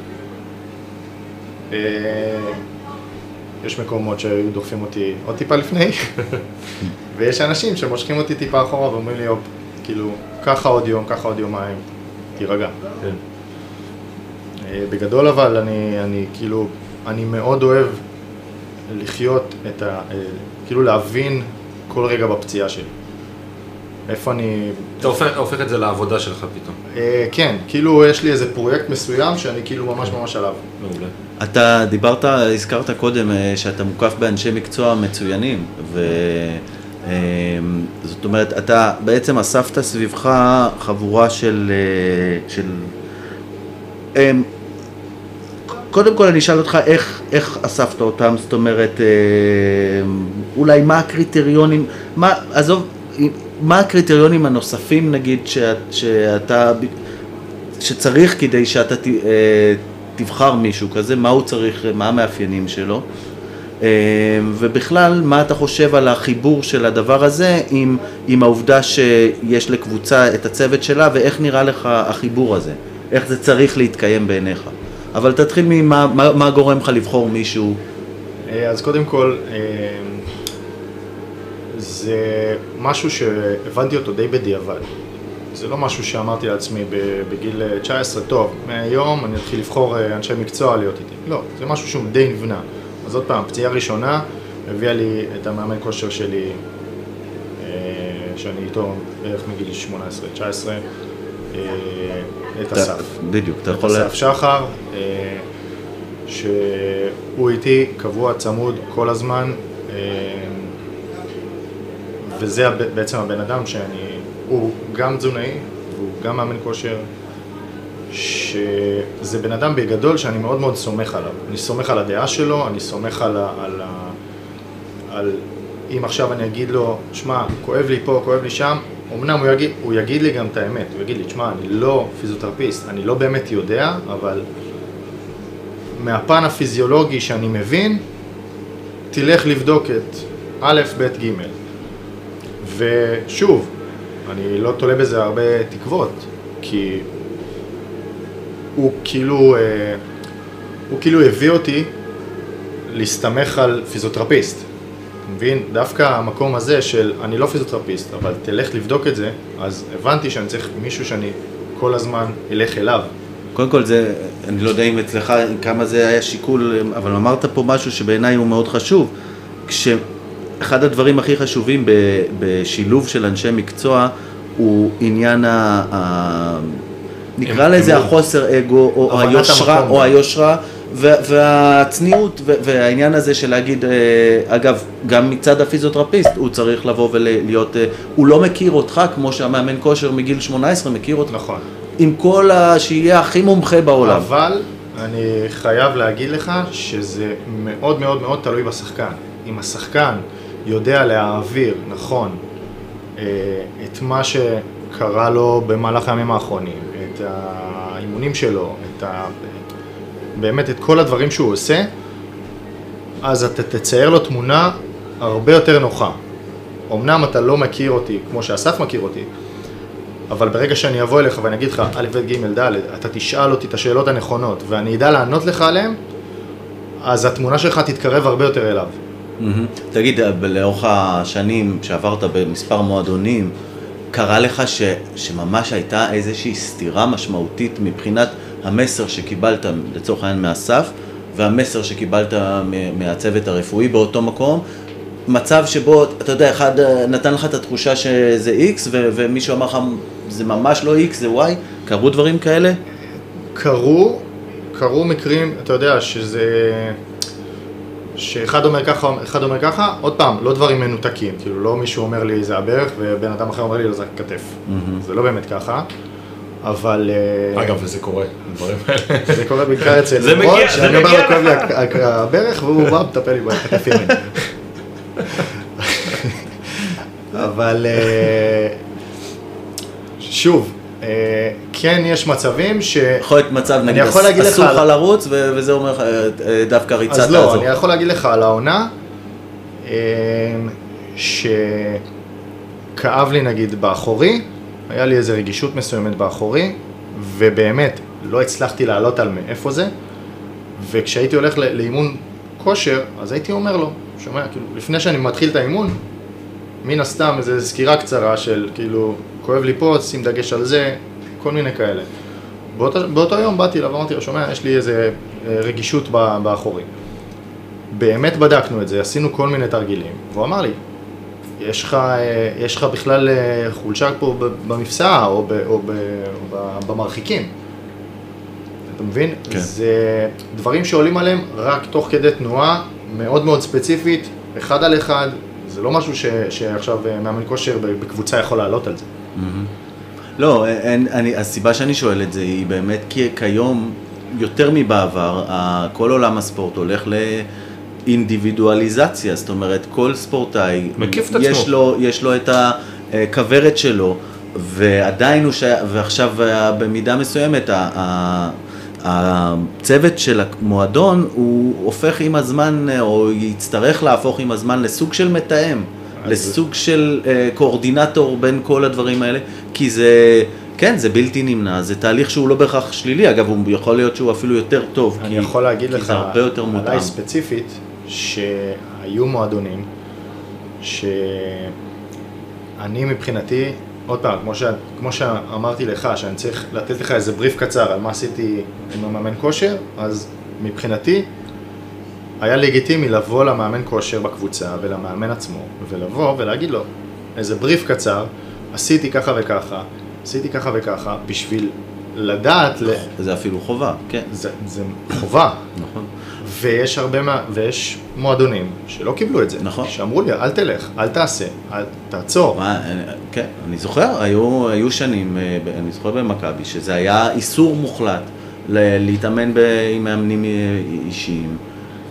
יש מקומות שהיו דוחפים אותי עוד טיפה לפני, ויש אנשים שמושכים אותי טיפה אחורה ואומרים לי, כאילו, ככה עוד יום, ככה עוד יומיים, תירגע. בגדול אבל אני מאוד אוהב לחיות כאילו להבין כל רגע בפציעה שלי. איפה אני... אתה הופך את זה לעבודה שלך פתאום. כן, כאילו יש לי איזה פרויקט מסוים שאני כאילו ממש עליו. מעולה. אתה הזכרת קודם שאתה מוקף באנשי מקצוע מצוינים, זאת אומרת, אתה בעצם אספת סביבך חבורה של קודם כל אני אשאל אותך איך אספת אותם, זאת אומרת, אולי מה הקריטריונים, מה הקריטריונים הנוספים נגיד שצריך כדי שאתה תבחר מישהו כזה, מה הוא צריך, מה המאפיינים שלו, ובכלל מה אתה חושב על החיבור של הדבר הזה עם העובדה שיש לקבוצה את הצוות שלה, ואיך נראה לך החיבור הזה, איך זה צריך להתקיים בעיניך. אבל תתחיל מה גורם לך לבחור מישהו. אז קודם כל, זה משהו שהבנתי אותו די בדיעבד. זה לא משהו שאמרתי לעצמי בגיל 19, טוב, מהיום אני אתחיל לבחור אנשי מקצוע להיות איתי. לא, זה משהו שהוא די נבנה. אז עוד פעם, פציעה ראשונה הביאה לי את המאמן כושר שלי, שאני איתו בערך מגיל 18-19, את אסף. בדיוק, אתה יכול... את אסף שחר, שהוא איתי קבוע צמוד כל הזמן, וזה בעצם הבן אדם הוא גם תזונאי, והוא גם מאמן כושר, שזה בן אדם בגדול שאני מאוד מאוד סומך עליו. אני סומך על הדעה שלו, אני סומך על אם עכשיו אני אגיד לו, שמע, כואב לי פה, כואב לי שם, אמנם הוא יגיד לי גם את האמת, הוא יגיד לי, תשמע, אני לא פיזיותרפיסט, אני לא באמת יודע, אבל מהפן הפיזיולוגי שאני מבין, תלך לבדוק את א', ב', ג'. ושוב, אני לא תולה בזה הרבה תקוות, כי הוא כאילו הביא אותי להסתמך על פיזיותרפיסט. אתה מבין? דווקא המקום הזה של אני לא פיזיותרפיסט, אבל תלך לבדוק את זה, אז הבנתי שאני צריך מישהו שאני כל הזמן אלך אליו. קודם כל זה, אני לא יודע אם אצלך כמה זה היה שיקול, אבל אמרת פה משהו שבעיניי הוא מאוד חשוב. אחד הדברים הכי חשובים בשילוב של אנשי מקצוע הוא עניין נקרא לזה החוסר אגו או היושרה והצניעות והעניין הזה של להגיד, אגב, גם מצד הפיזיותרפיסט הוא צריך לבוא ולהיות, הוא לא מכיר אותך כמו שהמאמן כושר מגיל 18 מכיר אותך. נכון. עם כל שיהיה הכי מומחה בעולם. אבל אני חייב להגיד לך שזה מאוד מאוד מאוד תלוי בשחקן. אם השחקן יודע להעביר, נכון, את מה שקרה לו במהלך הימים האחרונים, את האימונים שלו, באמת את כל הדברים שהוא עושה, אז אתה תצייר לו תמונה הרבה יותר נוחה. אמנם אתה לא מכיר אותי כמו שאסף מכיר אותי, אבל ברגע שאני אבוא אליך ואני אגיד לך א', ב', ג', ד', אתה תשאל אותי את השאלות הנכונות ואני אדע לענות לך עליהן, אז התמונה שלך תתקרב הרבה יותר אליו. תגיד, לאורך השנים שעברת במספר מועדונים, קרה לך שממש הייתה איזושהי סתירה משמעותית מבחינת המסר שקיבלת לצורך העניין מאסף, והמסר שקיבלת מהצוות הרפואי באותו מקום, מצב שבו, אתה יודע, אחד נתן לך את התחושה שזה X, ומישהו אמר לך, זה ממש לא X, זה Y, קרו דברים כאלה? קרו מקרים, אתה יודע, שאחד אומר ככה, אחד אומר ככה, עוד פעם, לא דברים מנותקים, כאילו לא מישהו אומר לי זה הברך, ובן אדם אחר אומר לי זה הכתף. זה לא באמת ככה, אבל... אגב, וזה קורה, דברים האלה. זה קורה בעיקר אצל נמרוד, שאני אומר לו כואב לי הברך, והוא בא מטפל לי בכתפים. אבל שוב, כן יש מצבים יכול להיות מצב, נגיד, אסור לך לרוץ, וזה אומר דווקא ריצה תעזור. אז לא, אני יכול להגיד לך על העונה, שכאב לי נגיד באחורי, היה לי איזו רגישות מסוימת באחורי, ובאמת לא הצלחתי לעלות על מאיפה זה, וכשהייתי הולך לאימון כושר, אז הייתי אומר לו, שומע, כאילו, לפני שאני מתחיל את האימון, מן הסתם איזו סקירה קצרה של כאילו, כואב לי פה, שים דגש על זה, כל מיני כאלה. באותו יום באתי אליו, אמרתי לו, שומע, יש לי איזו רגישות באחורי. באמת בדקנו את זה, עשינו כל מיני תרגילים, והוא אמר לי, יש לך בכלל חולשה פה במפסע או במרחיקים. אתה מבין? כן. זה דברים שעולים עליהם רק תוך כדי תנועה מאוד מאוד ספציפית, אחד על אחד, זה לא משהו שעכשיו מאמן כושר בקבוצה יכול לעלות על זה. לא, הסיבה שאני שואל את זה היא באמת כי כיום יותר מבעבר, כל עולם הספורט הולך לאינדיבידואליזציה, זאת אומרת כל ספורטאי יש לו את הכוורת שלו, ועדיין ועכשיו במידה מסוימת הצוות של המועדון הוא הופך עם הזמן, או יצטרך להפוך עם הזמן לסוג של מתאם, לסוג של קואורדינטור בין כל הדברים האלה, כי זה, כן, זה בלתי נמנע, זה תהליך שהוא לא בהכרח שלילי, אגב, הוא יכול להיות שהוא אפילו יותר טוב, אני יכול להגיד לך, זה הרבה יותר מותאם. עליי ספציפית, שהיו מועדונים, שאני מבחינתי, עוד פעם, כמו שאמרתי לך, שאני צריך לתת לך איזה בריף קצר על מה עשיתי עם המאמן כושר, אז מבחינתי היה לגיטימי לבוא למאמן כושר בקבוצה ולמאמן עצמו, ולבוא ולהגיד לו איזה בריף קצר, עשיתי ככה וככה, עשיתי ככה וככה, בשביל לדעת... זה אפילו חובה, כן. זה חובה. נכון. ויש מועדונים שלא קיבלו את זה. נכון. שאמרו לי, אל תלך, אל תעשה, אל תעצור. כן, אני זוכר, היו שנים, אני זוכר במכבי, שזה היה איסור מוחלט להתאמן עם מאמנים אישיים.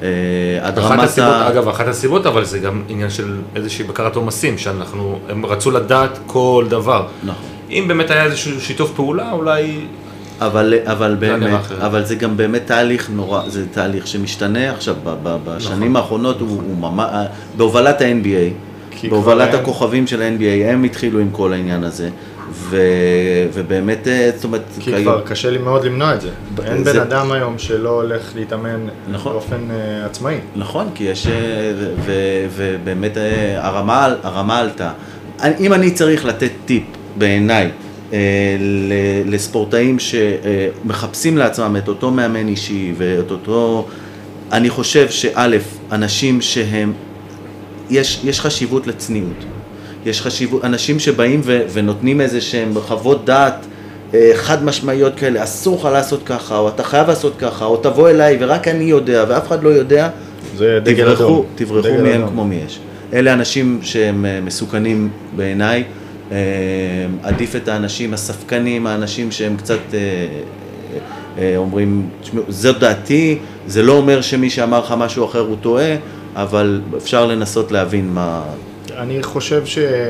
עד רמת ה... אגב, אחת הסיבות, אבל זה גם עניין של איזושהי בקרת עומסים, הם רצו לדעת כל דבר. נכון. אם באמת היה איזשהו שיתוף פעולה, אולי... אבל באמת, אבל זה גם באמת תהליך נורא, זה תהליך שמשתנה עכשיו, בשנים האחרונות הוא ממש, בהובלת ה-NBA, בהובלת הכוכבים של ה-NBA, הם התחילו עם כל העניין הזה, ובאמת, זאת אומרת... כי כבר קשה לי מאוד למנוע את זה. אין בן אדם היום שלא הולך להתאמן באופן עצמאי. נכון, כי יש, ובאמת הרמה עלתה. אם אני צריך לתת טיפ בעיניי, לספורטאים שמחפשים לעצמם את אותו מאמן אישי ואת אותו, אני חושב שא', אנשים שהם, יש חשיבות לצניעות, יש חשיבות, אנשים שבאים ונותנים איזה שהם חוות דעת חד משמעיות כאלה, אסור לך לעשות ככה, או אתה חייב לעשות ככה, או תבוא אליי ורק אני יודע ואף אחד לא יודע, תברחו מהם כמו מי יש. אלה אנשים שהם מסוכנים בעיניי, עדיף את האנשים הספקנים, האנשים שהם קצת אומרים, זאת דעתי, זה לא אומר שמי שאמר לך משהו אחר הוא טועה, אבל אפשר לנסות להבין מה... אני חושב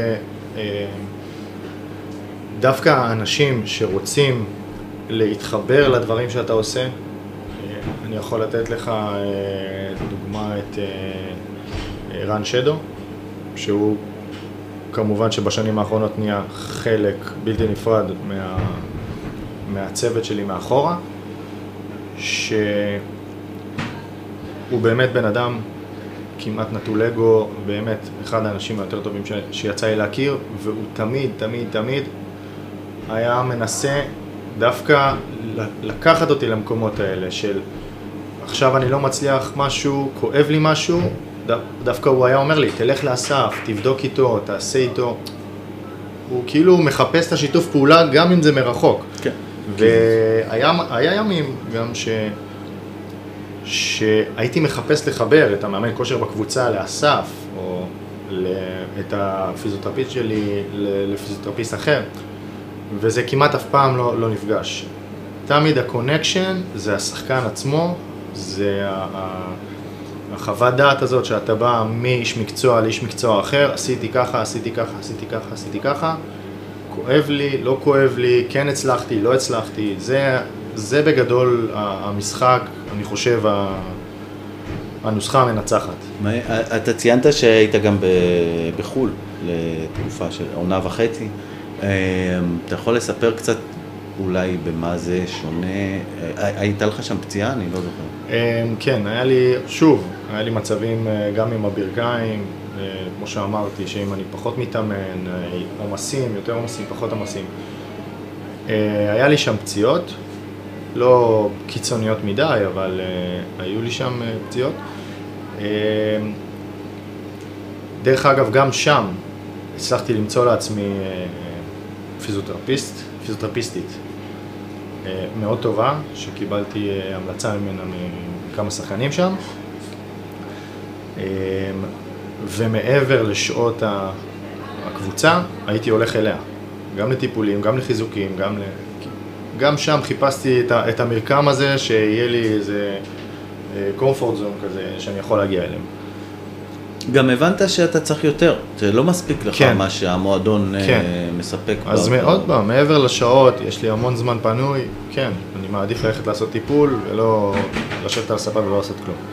שדווקא האנשים שרוצים להתחבר לדברים שאתה עושה, אני יכול לתת לך דוגמה את רן שדו, שהוא כמובן שבשנים האחרונות נהיה חלק בלתי נפרד מהצוות שלי מאחורה, שהוא באמת בן אדם כמעט נטול אגו, באמת אחד האנשים היותר טובים שיצא לי להכיר, והוא תמיד היה מנסה דווקא לקחת אותי למקומות האלה של עכשיו אני לא מצליח משהו, כואב לי משהו, דווקא הוא היה אומר לי, תלך לאסף, תבדוק איתו, תעשה איתו. הוא כאילו מחפש את השיתוף פעולה גם אם זה מרחוק. כן. והיה ימים גם שהייתי מחפש לחבר את המאמן כושר בקבוצה לאסף, או את הפיזיותרפיסט שלי לפיזיותרפיסט אחר, וזה כמעט אף פעם לא נפגש. תמיד הקונקשן זה השחקן עצמו, זה החוות דעת הזאת שאתה בא מאיש מקצוע לאיש מקצוע אחר, עשיתי ככה, כואב לי, לא כואב לי, כן הצלחתי, לא הצלחתי, זה בגדול המשחק, אני חושב, הנוסחה המנצחת. אתה ציינת שהיית גם בחול לתקופה של עונה וחצי, אתה יכול לספר קצת אולי במה זה שונה, הייתה לך שם פציעה? אני לא זוכר. כן, היה לי מצבים גם עם הברכיים, כמו שאמרתי, שאם אני פחות מתאמן, עומסים, יותר עומסים, פחות עומסים. היה לי שם פציעות, לא קיצוניות מדי, אבל היו לי שם פציעות. דרך אגב, גם שם הצלחתי למצוא לעצמי פיזיותרפיסטית מאוד טובה, שקיבלתי המלצה ממנה מכמה שחקנים שם. ומעבר לשעות הקבוצה, הייתי הולך אליה. גם לטיפולים, גם לחיזוקים, גם שם חיפשתי את המרקם הזה, שיהיה לי איזה comfort zone כזה, שאני יכול להגיע אליהם. גם הבנת שאתה צריך יותר, זה לא מספיק לך מה שהמועדון מספק. אז עוד פעם, מעבר לשעות, יש לי המון זמן פנוי, כן, אני מעדיף ללכת לעשות טיפול, ולא לשבת על הספה ולא לעשות כלום.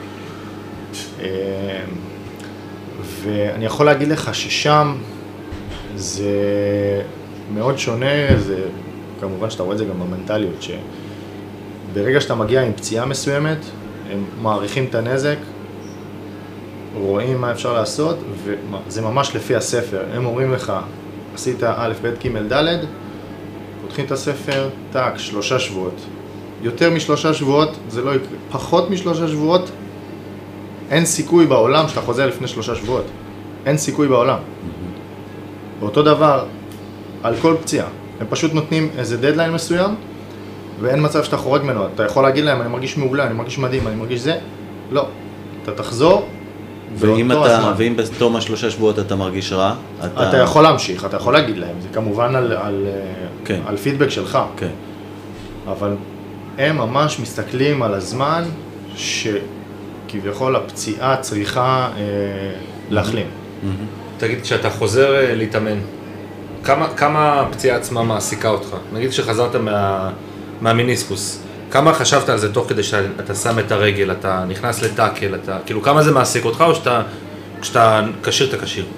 ואני יכול להגיד לך ששם זה מאוד שונה, זה כמובן שאתה רואה את זה גם במנטליות, שברגע שאתה מגיע עם פציעה מסוימת, הם מעריכים את הנזק, רואים מה אפשר לעשות, וזה ממש לפי הספר. הם אומרים לך, עשית א', ב', ג', ד', פותחים את הספר, טק, 3 שבועות. יותר מ3 שבועות, זה לא יקרה. פחות מ3 שבועות, אין סיכוי בעולם שאתה חוזר לפני 3 שבועות. אין סיכוי בעולם. באותו דבר, על כל פציעה. הם פשוט נותנים איזה דדליין מסוים, ואין מצב שאתה חורג ממנו. אתה יכול להגיד להם, אני מרגיש מעולה, אני מרגיש מדהים, אני מרגיש זה. לא. אתה תחזור, ואם בתום 3 שבועות אתה מרגיש רע, אתה יכול להמשיך, אתה יכול להגיד להם, זה כמובן על פידבק שלך. אבל הם ממש מסתכלים על הזמן כביכול הפציעה צריכה להחלים. תגיד, כשאתה חוזר להתאמן, כמה הפציעה עצמה מעסיקה אותך? נגיד שחזרת מהמיניסקוס, כמה חשבת על זה תוך כדי שאתה שם את הרגל, אתה נכנס לטאקל, כאילו כמה זה מעסיק אותך או כשאתה קשיר אתה קשיר?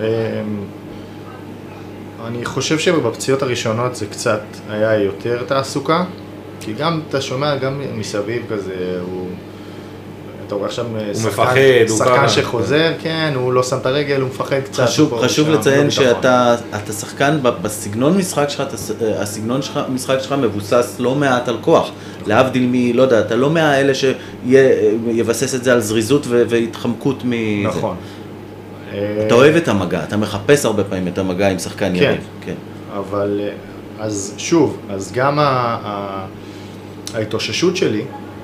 אני חושב שבפציעות הראשונות זה קצת היה יותר תעסוקה, כי גם אתה שומע גם מסביב כזה, אתה רואה עכשיו שחקן שחוזר, כן, הוא לא שם את הרגל, הוא מפחד קצת. חשוב לציין שאתה שחקן בסגנון משחק שלך, הסגנון משחק שלך מבוסס לא מעט על כוח, להבדיל לא יודע, אתה לא מהאלה שיבסס את זה על זריזות והתחמקות מזה. נכון. אתה אוהב את המגע, אתה מחפש הרבה פעמים את המגע עם שחקן יריב. כן, אבל אז שוב, אז גם ההתאוששות שלי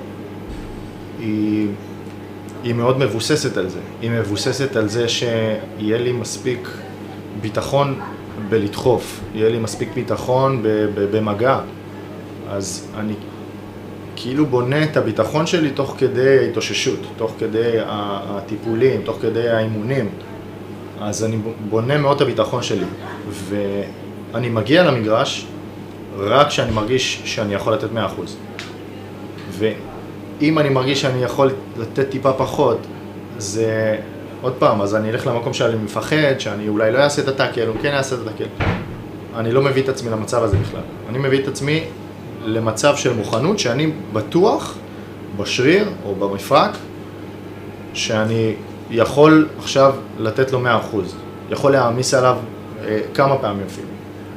היא מאוד מבוססת על זה. היא מבוססת על זה שיהיה לי מספיק ביטחון בלדחוף, יהיה לי מספיק ביטחון במגע. אז אני כאילו בונה את הביטחון שלי תוך כדי ההתאוששות, תוך כדי הטיפולים, תוך כדי האימונים. אז אני בונה מאוד את הביטחון שלי, ואני מגיע למגרש רק כשאני מרגיש שאני יכול לתת 100%. ואם אני מרגיש שאני יכול לתת טיפה פחות, זה עוד פעם, אז אני אלך למקום שאני מפחד, שאני אולי לא אעשה את הטאקל, או כן אעשה את הטאקל. אני לא מביא את עצמי למצב הזה בכלל. אני מביא את עצמי למצב של מוכנות שאני בטוח בשריר או במפרק שאני יכול עכשיו לתת לו 100%, יכול להעמיס עליו כמה פעמים אפילו.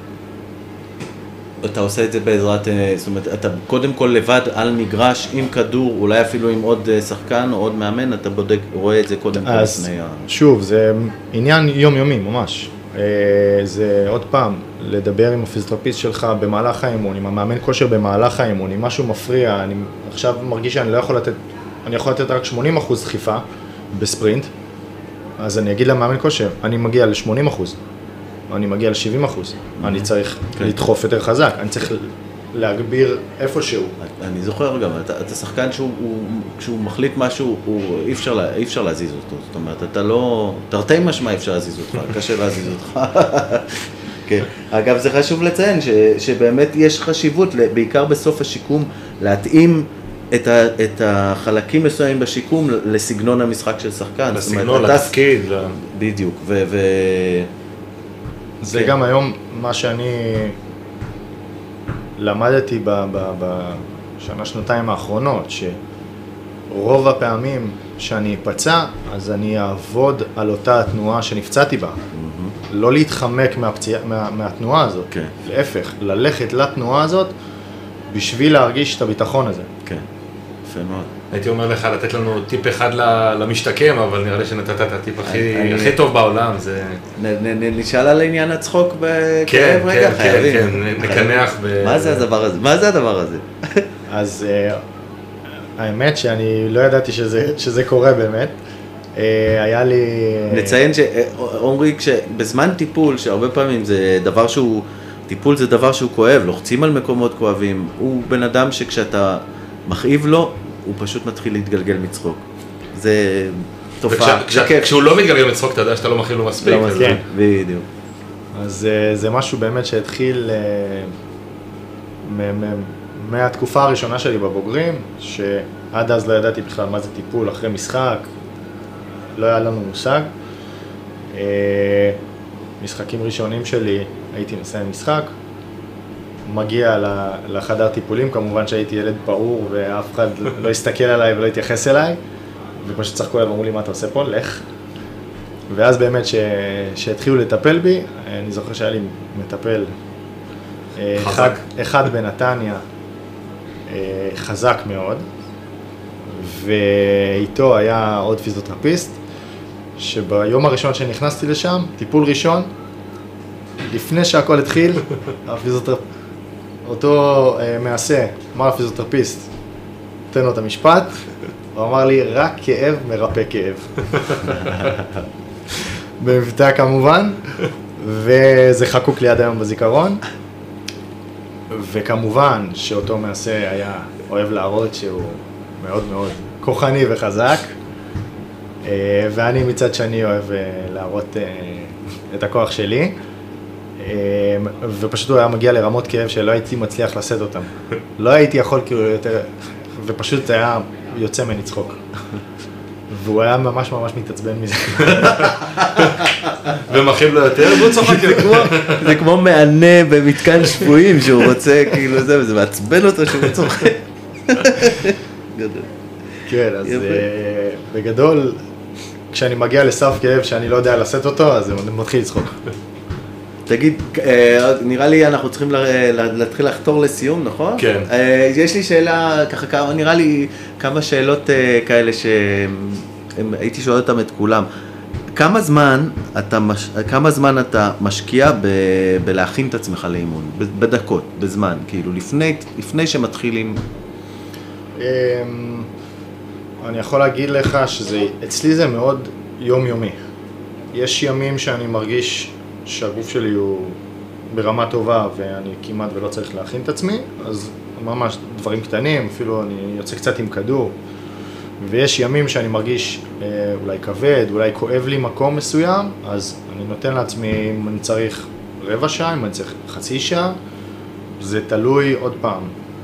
אתה עושה את זה בעזרת, זאת אומרת, אתה קודם כל לבד על מגרש עם כדור, אולי אפילו עם עוד שחקן או עוד מאמן, אתה בודק, רואה את זה קודם כל לפני שוב, זה עניין יומיומי ממש. זה עוד פעם, לדבר עם הפיזיותרפיסט שלך במהלך האימון, עם המאמן כושר במהלך האימון, אם משהו מפריע, אני עכשיו מרגיש שאני לא יכול לתת, אני יכול לתת רק 80% דחיפה בספרינט, אז אני אגיד למאמן כושר, אני מגיע ל-80%, אני מגיע ל-70%, אני צריך לדחוף יותר חזק, אני צריך להגביר איפשהו. אני זוכר גם, אתה שחקן כשהוא מחליט משהו, אי אפשר להזיז אותו, זאת אומרת, אתה לא, תרתי משמע אי אפשר להזיז אותך, קשה להזיז אותך. כן. אגב, זה חשוב לציין שבאמת יש חשיבות, בעיקר בסוף השיקום, להתאים את החלקים מסוימים בשיקום לסגנון המשחק של שחקן. לסגנון, לתפקיד. בדיוק, זה גם היום מה שאני למדתי בשנה, שנתיים האחרונות, שרוב הפעמים שאני אפצע, אז אני אעבוד על אותה התנועה שנפצעתי בה. לא להתחמק מהתנועה הזאת, להפך, ללכת לתנועה הזאת בשביל להרגיש את הביטחון הזה. כן, יפה מאוד. הייתי אומר לך לתת לנו טיפ אחד למשתקם, אבל נראה לי שנתת את הטיפ הכי טוב בעולם. נשאל על עניין הצחוק בכאב רגע, חייבים. כן, נקנח מה זה הדבר הזה? מה זה הדבר הזה? אז האמת שאני לא ידעתי שזה קורה באמת. היה לי... נציין שעומרי, בזמן טיפול, שהרבה פעמים זה דבר שהוא, טיפול זה דבר שהוא כואב, לוחצים על מקומות כואבים, הוא בן אדם שכשאתה מכאיב לו, הוא פשוט מתחיל להתגלגל מצחוק. זה תופעה. כשהוא לא מתגלגל מצחוק, אתה יודע שאתה לא מכאיב לו מספיק. כן, בדיוק. אז זה משהו באמת שהתחיל מהתקופה הראשונה שלי בבוגרים, שעד אז לא ידעתי בכלל מה זה טיפול אחרי משחק, לא היה לנו מושג. משחקים ראשונים שלי, הייתי מסיים משחק, מגיע לחדר טיפולים, כמובן שהייתי ילד ברור ואף אחד לא הסתכל עליי ולא התייחס אליי, ופשוט צחקו אליי ואמרו לי מה אתה עושה פה, לך. ואז באמת שהתחילו לטפל בי, אני זוכר שהיה לי מטפל אחד בנתניה, חזק מאוד, ואיתו היה עוד פיזיותרפיסט, שביום הראשון שנכנסתי לשם, טיפול ראשון, לפני שהכל התחיל, אותו מעשה, אמר הפיזיותרפיסט, תן לו את המשפט, הוא אמר לי, רק כאב מרפא כאב. במבטא כמובן, וזה חקוק לי עד היום בזיכרון, וכמובן שאותו מעשה היה אוהב להראות שהוא מאוד מאוד כוחני וחזק, ואני מצד שני אוהב להראות את הכוח שלי, ופשוט הוא היה מגיע לרמות כאב שלא הייתי מצליח לשאת אותם. לא הייתי יכול כאילו יותר, ופשוט היה יוצא ממני צחוק. והוא היה ממש ממש מתעצבן מזה. ומכאיב לו יותר, והוא צוחק. זה כמו מענה במתקן שבויים שהוא רוצה כאילו זה, וזה מעצבן אותו שהוא צוחק. גדול. כן, אז בגדול, כשאני מגיע לסף כאב שאני לא יודע לשאת אותו, אז זה מתחיל לצחוק. תגיד, נראה לי אנחנו צריכים להתחיל לחתור לסיום, נכון? כן. יש לי שאלה, ככה, נראה לי כמה שאלות כאלה שהייתי שואל אותם את כולם. כמה זמן אתה משקיע בלהכין את עצמך לאימון? בדקות, בזמן, כאילו, לפני שמתחילים? אני יכול להגיד לך שאצלי זה מאוד יומיומי. יש ימים שאני מרגיש שהגוף שלי הוא ברמה טובה ואני כמעט ולא צריך להכין את עצמי, אז ממש דברים קטנים, אפילו אני יוצא קצת עם כדור. ויש ימים שאני מרגיש אולי כבד, אולי כואב לי מקום מסוים, אז אני נותן לעצמי אם אני צריך רבע שעה, אם אני צריך חצי שעה, זה תלוי עוד פעם.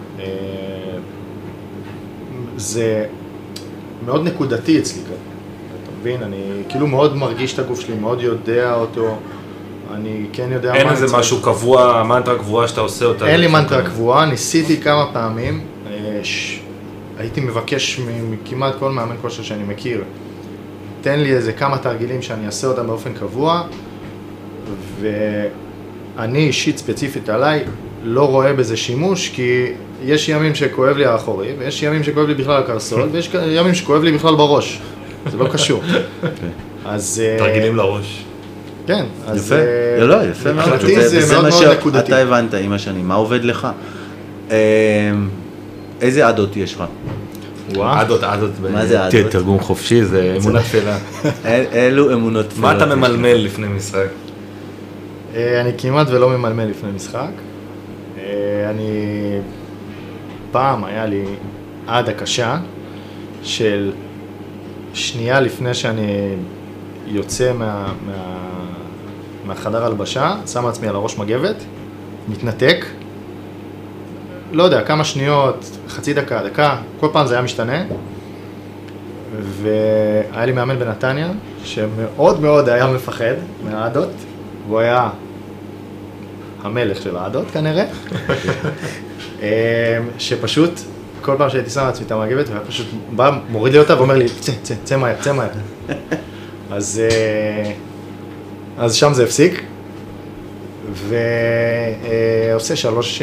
זה מאוד נקודתי אצלי כאן, אתה מבין? אני כאילו מאוד מרגיש את הגוף שלי, מאוד יודע אותו, אני כן יודע מה... אין איזה משהו קבוע, מנטרה קבועה שאתה עושה אותה? אין לי מנטרה קבועה, ניסיתי כמה פעמים, הייתי מבקש מכמעט כל מאמן כושר שאני מכיר, תן לי איזה כמה תרגילים שאני אעשה אותם באופן קבוע, ואני אישית ספציפית עליי לא רואה בזה שימוש, כי יש ימים שכואב לי האחורי, ויש ימים שכואב לי בכלל הקרסול, ויש ימים שכואב לי בכלל בראש. זה לא קשור. אז... תרגילים לראש. כן, אז... יפה, לא, יפה מאוד. מבחינתי זה מאוד מאוד נקודתי. אתה הבנת עם השנים, מה עובד לך? איזה עדות יש לך? עדות. מה זה עדות? תרגום חופשי, זה אמונת תפילה. אלו אמונות תפילות. מה אתה ממלמל לפני משחק? אני כמעט ולא ממלמל לפני משחק. פעם היה לי עד הקשה של שנייה לפני שאני יוצא מהחדר הלבשה, שם עצמי על הראש מגבת, מתנתק, לא יודע, כמה שניות, חצי דקה, דקה, כל פעם זה היה משתנה, והיה לי מאמן בנתניה שמאוד מאוד היה מפחד מהעדות, והוא היה המלך של העדות כנראה, שפשוט כל פעם שהייתי שם לעצמי את המגבת, הוא היה פשוט בא, מוריד לי אותה ואומר לי, צא מהר, צא מהר. אז שם זה הפסיק, ועושה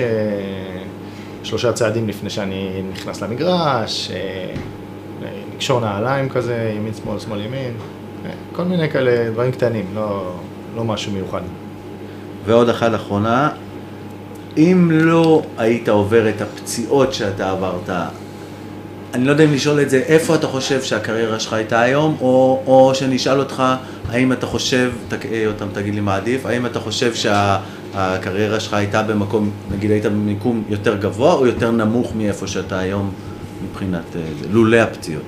שלושה צעדים לפני שאני נכנס למגרש, נקשור נעליים כזה, ימין שמאל, שמאל ימין, כל מיני כאלה דברים קטנים, לא משהו מיוחד. ועוד אחת אחרונה, אם לא היית עובר את הפציעות שאתה עברת, אני לא יודע אם לשאול את זה, איפה אתה חושב שהקריירה שלך הייתה היום, או שנשאל אותך, האם אתה חושב, תגיד לי מה עדיף, האם אתה חושב שהקריירה שלך הייתה במקום, נגיד היית במיקום יותר גבוה, או יותר נמוך מאיפה שאתה היום מבחינת לולא הפציעות?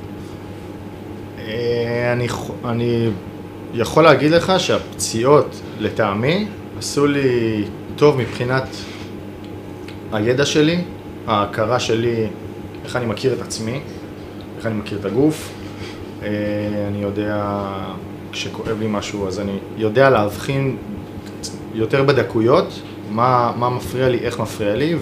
אני יכול להגיד לך שהפציעות לטעמי עשו לי טוב מבחינת הידע שלי, ההכרה שלי, איך אני מכיר את עצמי, איך אני מכיר את הגוף. אני יודע, כשכואב לי משהו, אז אני יודע להבחין יותר בדקויות, מה מפריע לי, איך מפריע לי,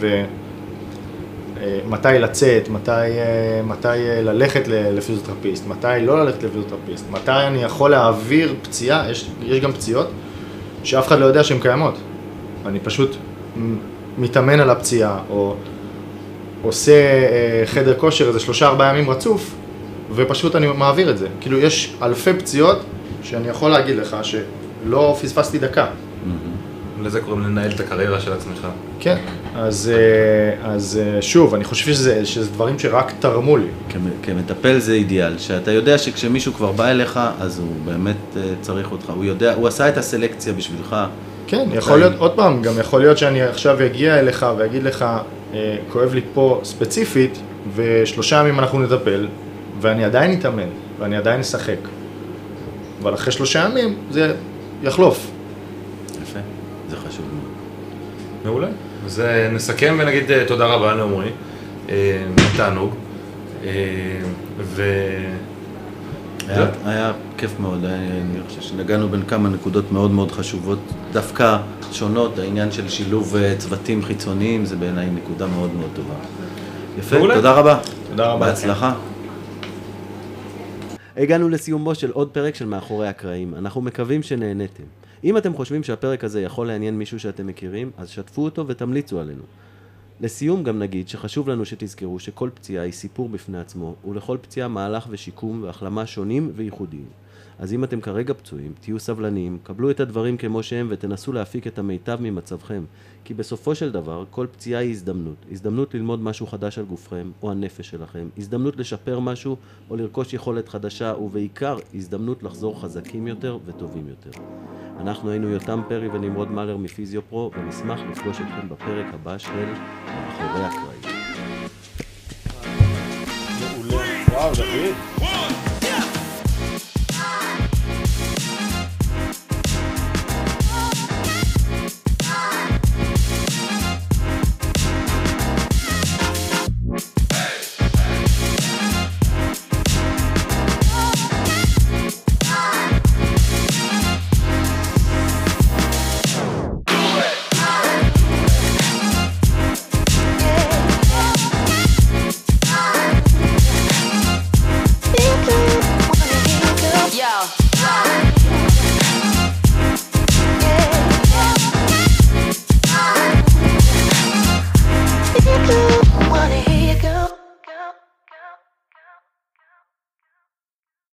ומתי לצאת, מתי ללכת לפיזיותרפיסט, מתי לא ללכת לפיזיותרפיסט, מתי אני יכול להעביר פציעה, יש גם פציעות שאף אחד לא יודע שהן קיימות. אני פשוט מתאמן על הפציעה, או עושה חדר כושר איזה 3-4 ימים רצוף, ופשוט אני מעביר את זה. כאילו יש אלפי פציעות שאני יכול להגיד לך שלא פספסתי דקה. לזה קוראים לנהל את הקריירה של עצמך. כן, אז שוב, אני חושב שזה דברים שרק תרמו לי. כמטפל זה אידיאל, שאתה יודע שכשמישהו כבר בא אליך, אז הוא באמת צריך אותך. הוא יודע, הוא עשה את הסלקציה בשבילך. כן, יכול להיות, עוד פעם, גם יכול להיות שאני עכשיו אגיע אליך ואגיד לך, כואב לי פה ספציפית, ו3 ימים אנחנו נטפל, ואני עדיין אתאמן, ואני עדיין אשחק. אבל אחרי 3 ימים זה יחלוף. יפה, זה חשוב מאוד. מעולה. אז נסכם ונגיד תודה רבה לעומרי, תענוג, היה כיף מאוד, אני חושב שנגענו בין כמה נקודות מאוד מאוד חשובות, דווקא שונות, העניין של שילוב צוותים חיצוניים, זה בעיניי נקודה מאוד מאוד טובה. יפה, תודה רבה. תודה רבה. בהצלחה. הגענו לסיומו של עוד פרק של מאחורי הקרעים, אנחנו מקווים שנהנתם. אם אתם חושבים שהפרק הזה יכול לעניין מישהו שאתם מכירים, אז שתפו אותו ותמליצו עלינו. לסיום גם נגיד שחשוב לנו שתזכרו שכל פציעה היא סיפור בפני עצמו, ולכל פציעה מהלך ושיקום והחלמה שונים וייחודיים. אז אם אתם כרגע פצועים, תהיו סבלניים, קבלו את הדברים כמו שהם ותנסו להפיק את המיטב ממצבכם, כי בסופו של דבר כל פציעה היא הזדמנות. הזדמנות ללמוד משהו חדש על גופכם או הנפש שלכם, הזדמנות לשפר משהו או לרכוש יכולת חדשה, ובעיקר הזדמנות לחזור חזקים יותר וטובים יותר. אנחנו היינו יותם פרי ונמרוד מאלר מפיזיופרו, ונשמח לפגוש אתכם בפרק הבא של מאחורי הקרעים. מעולה. וואו, דוד.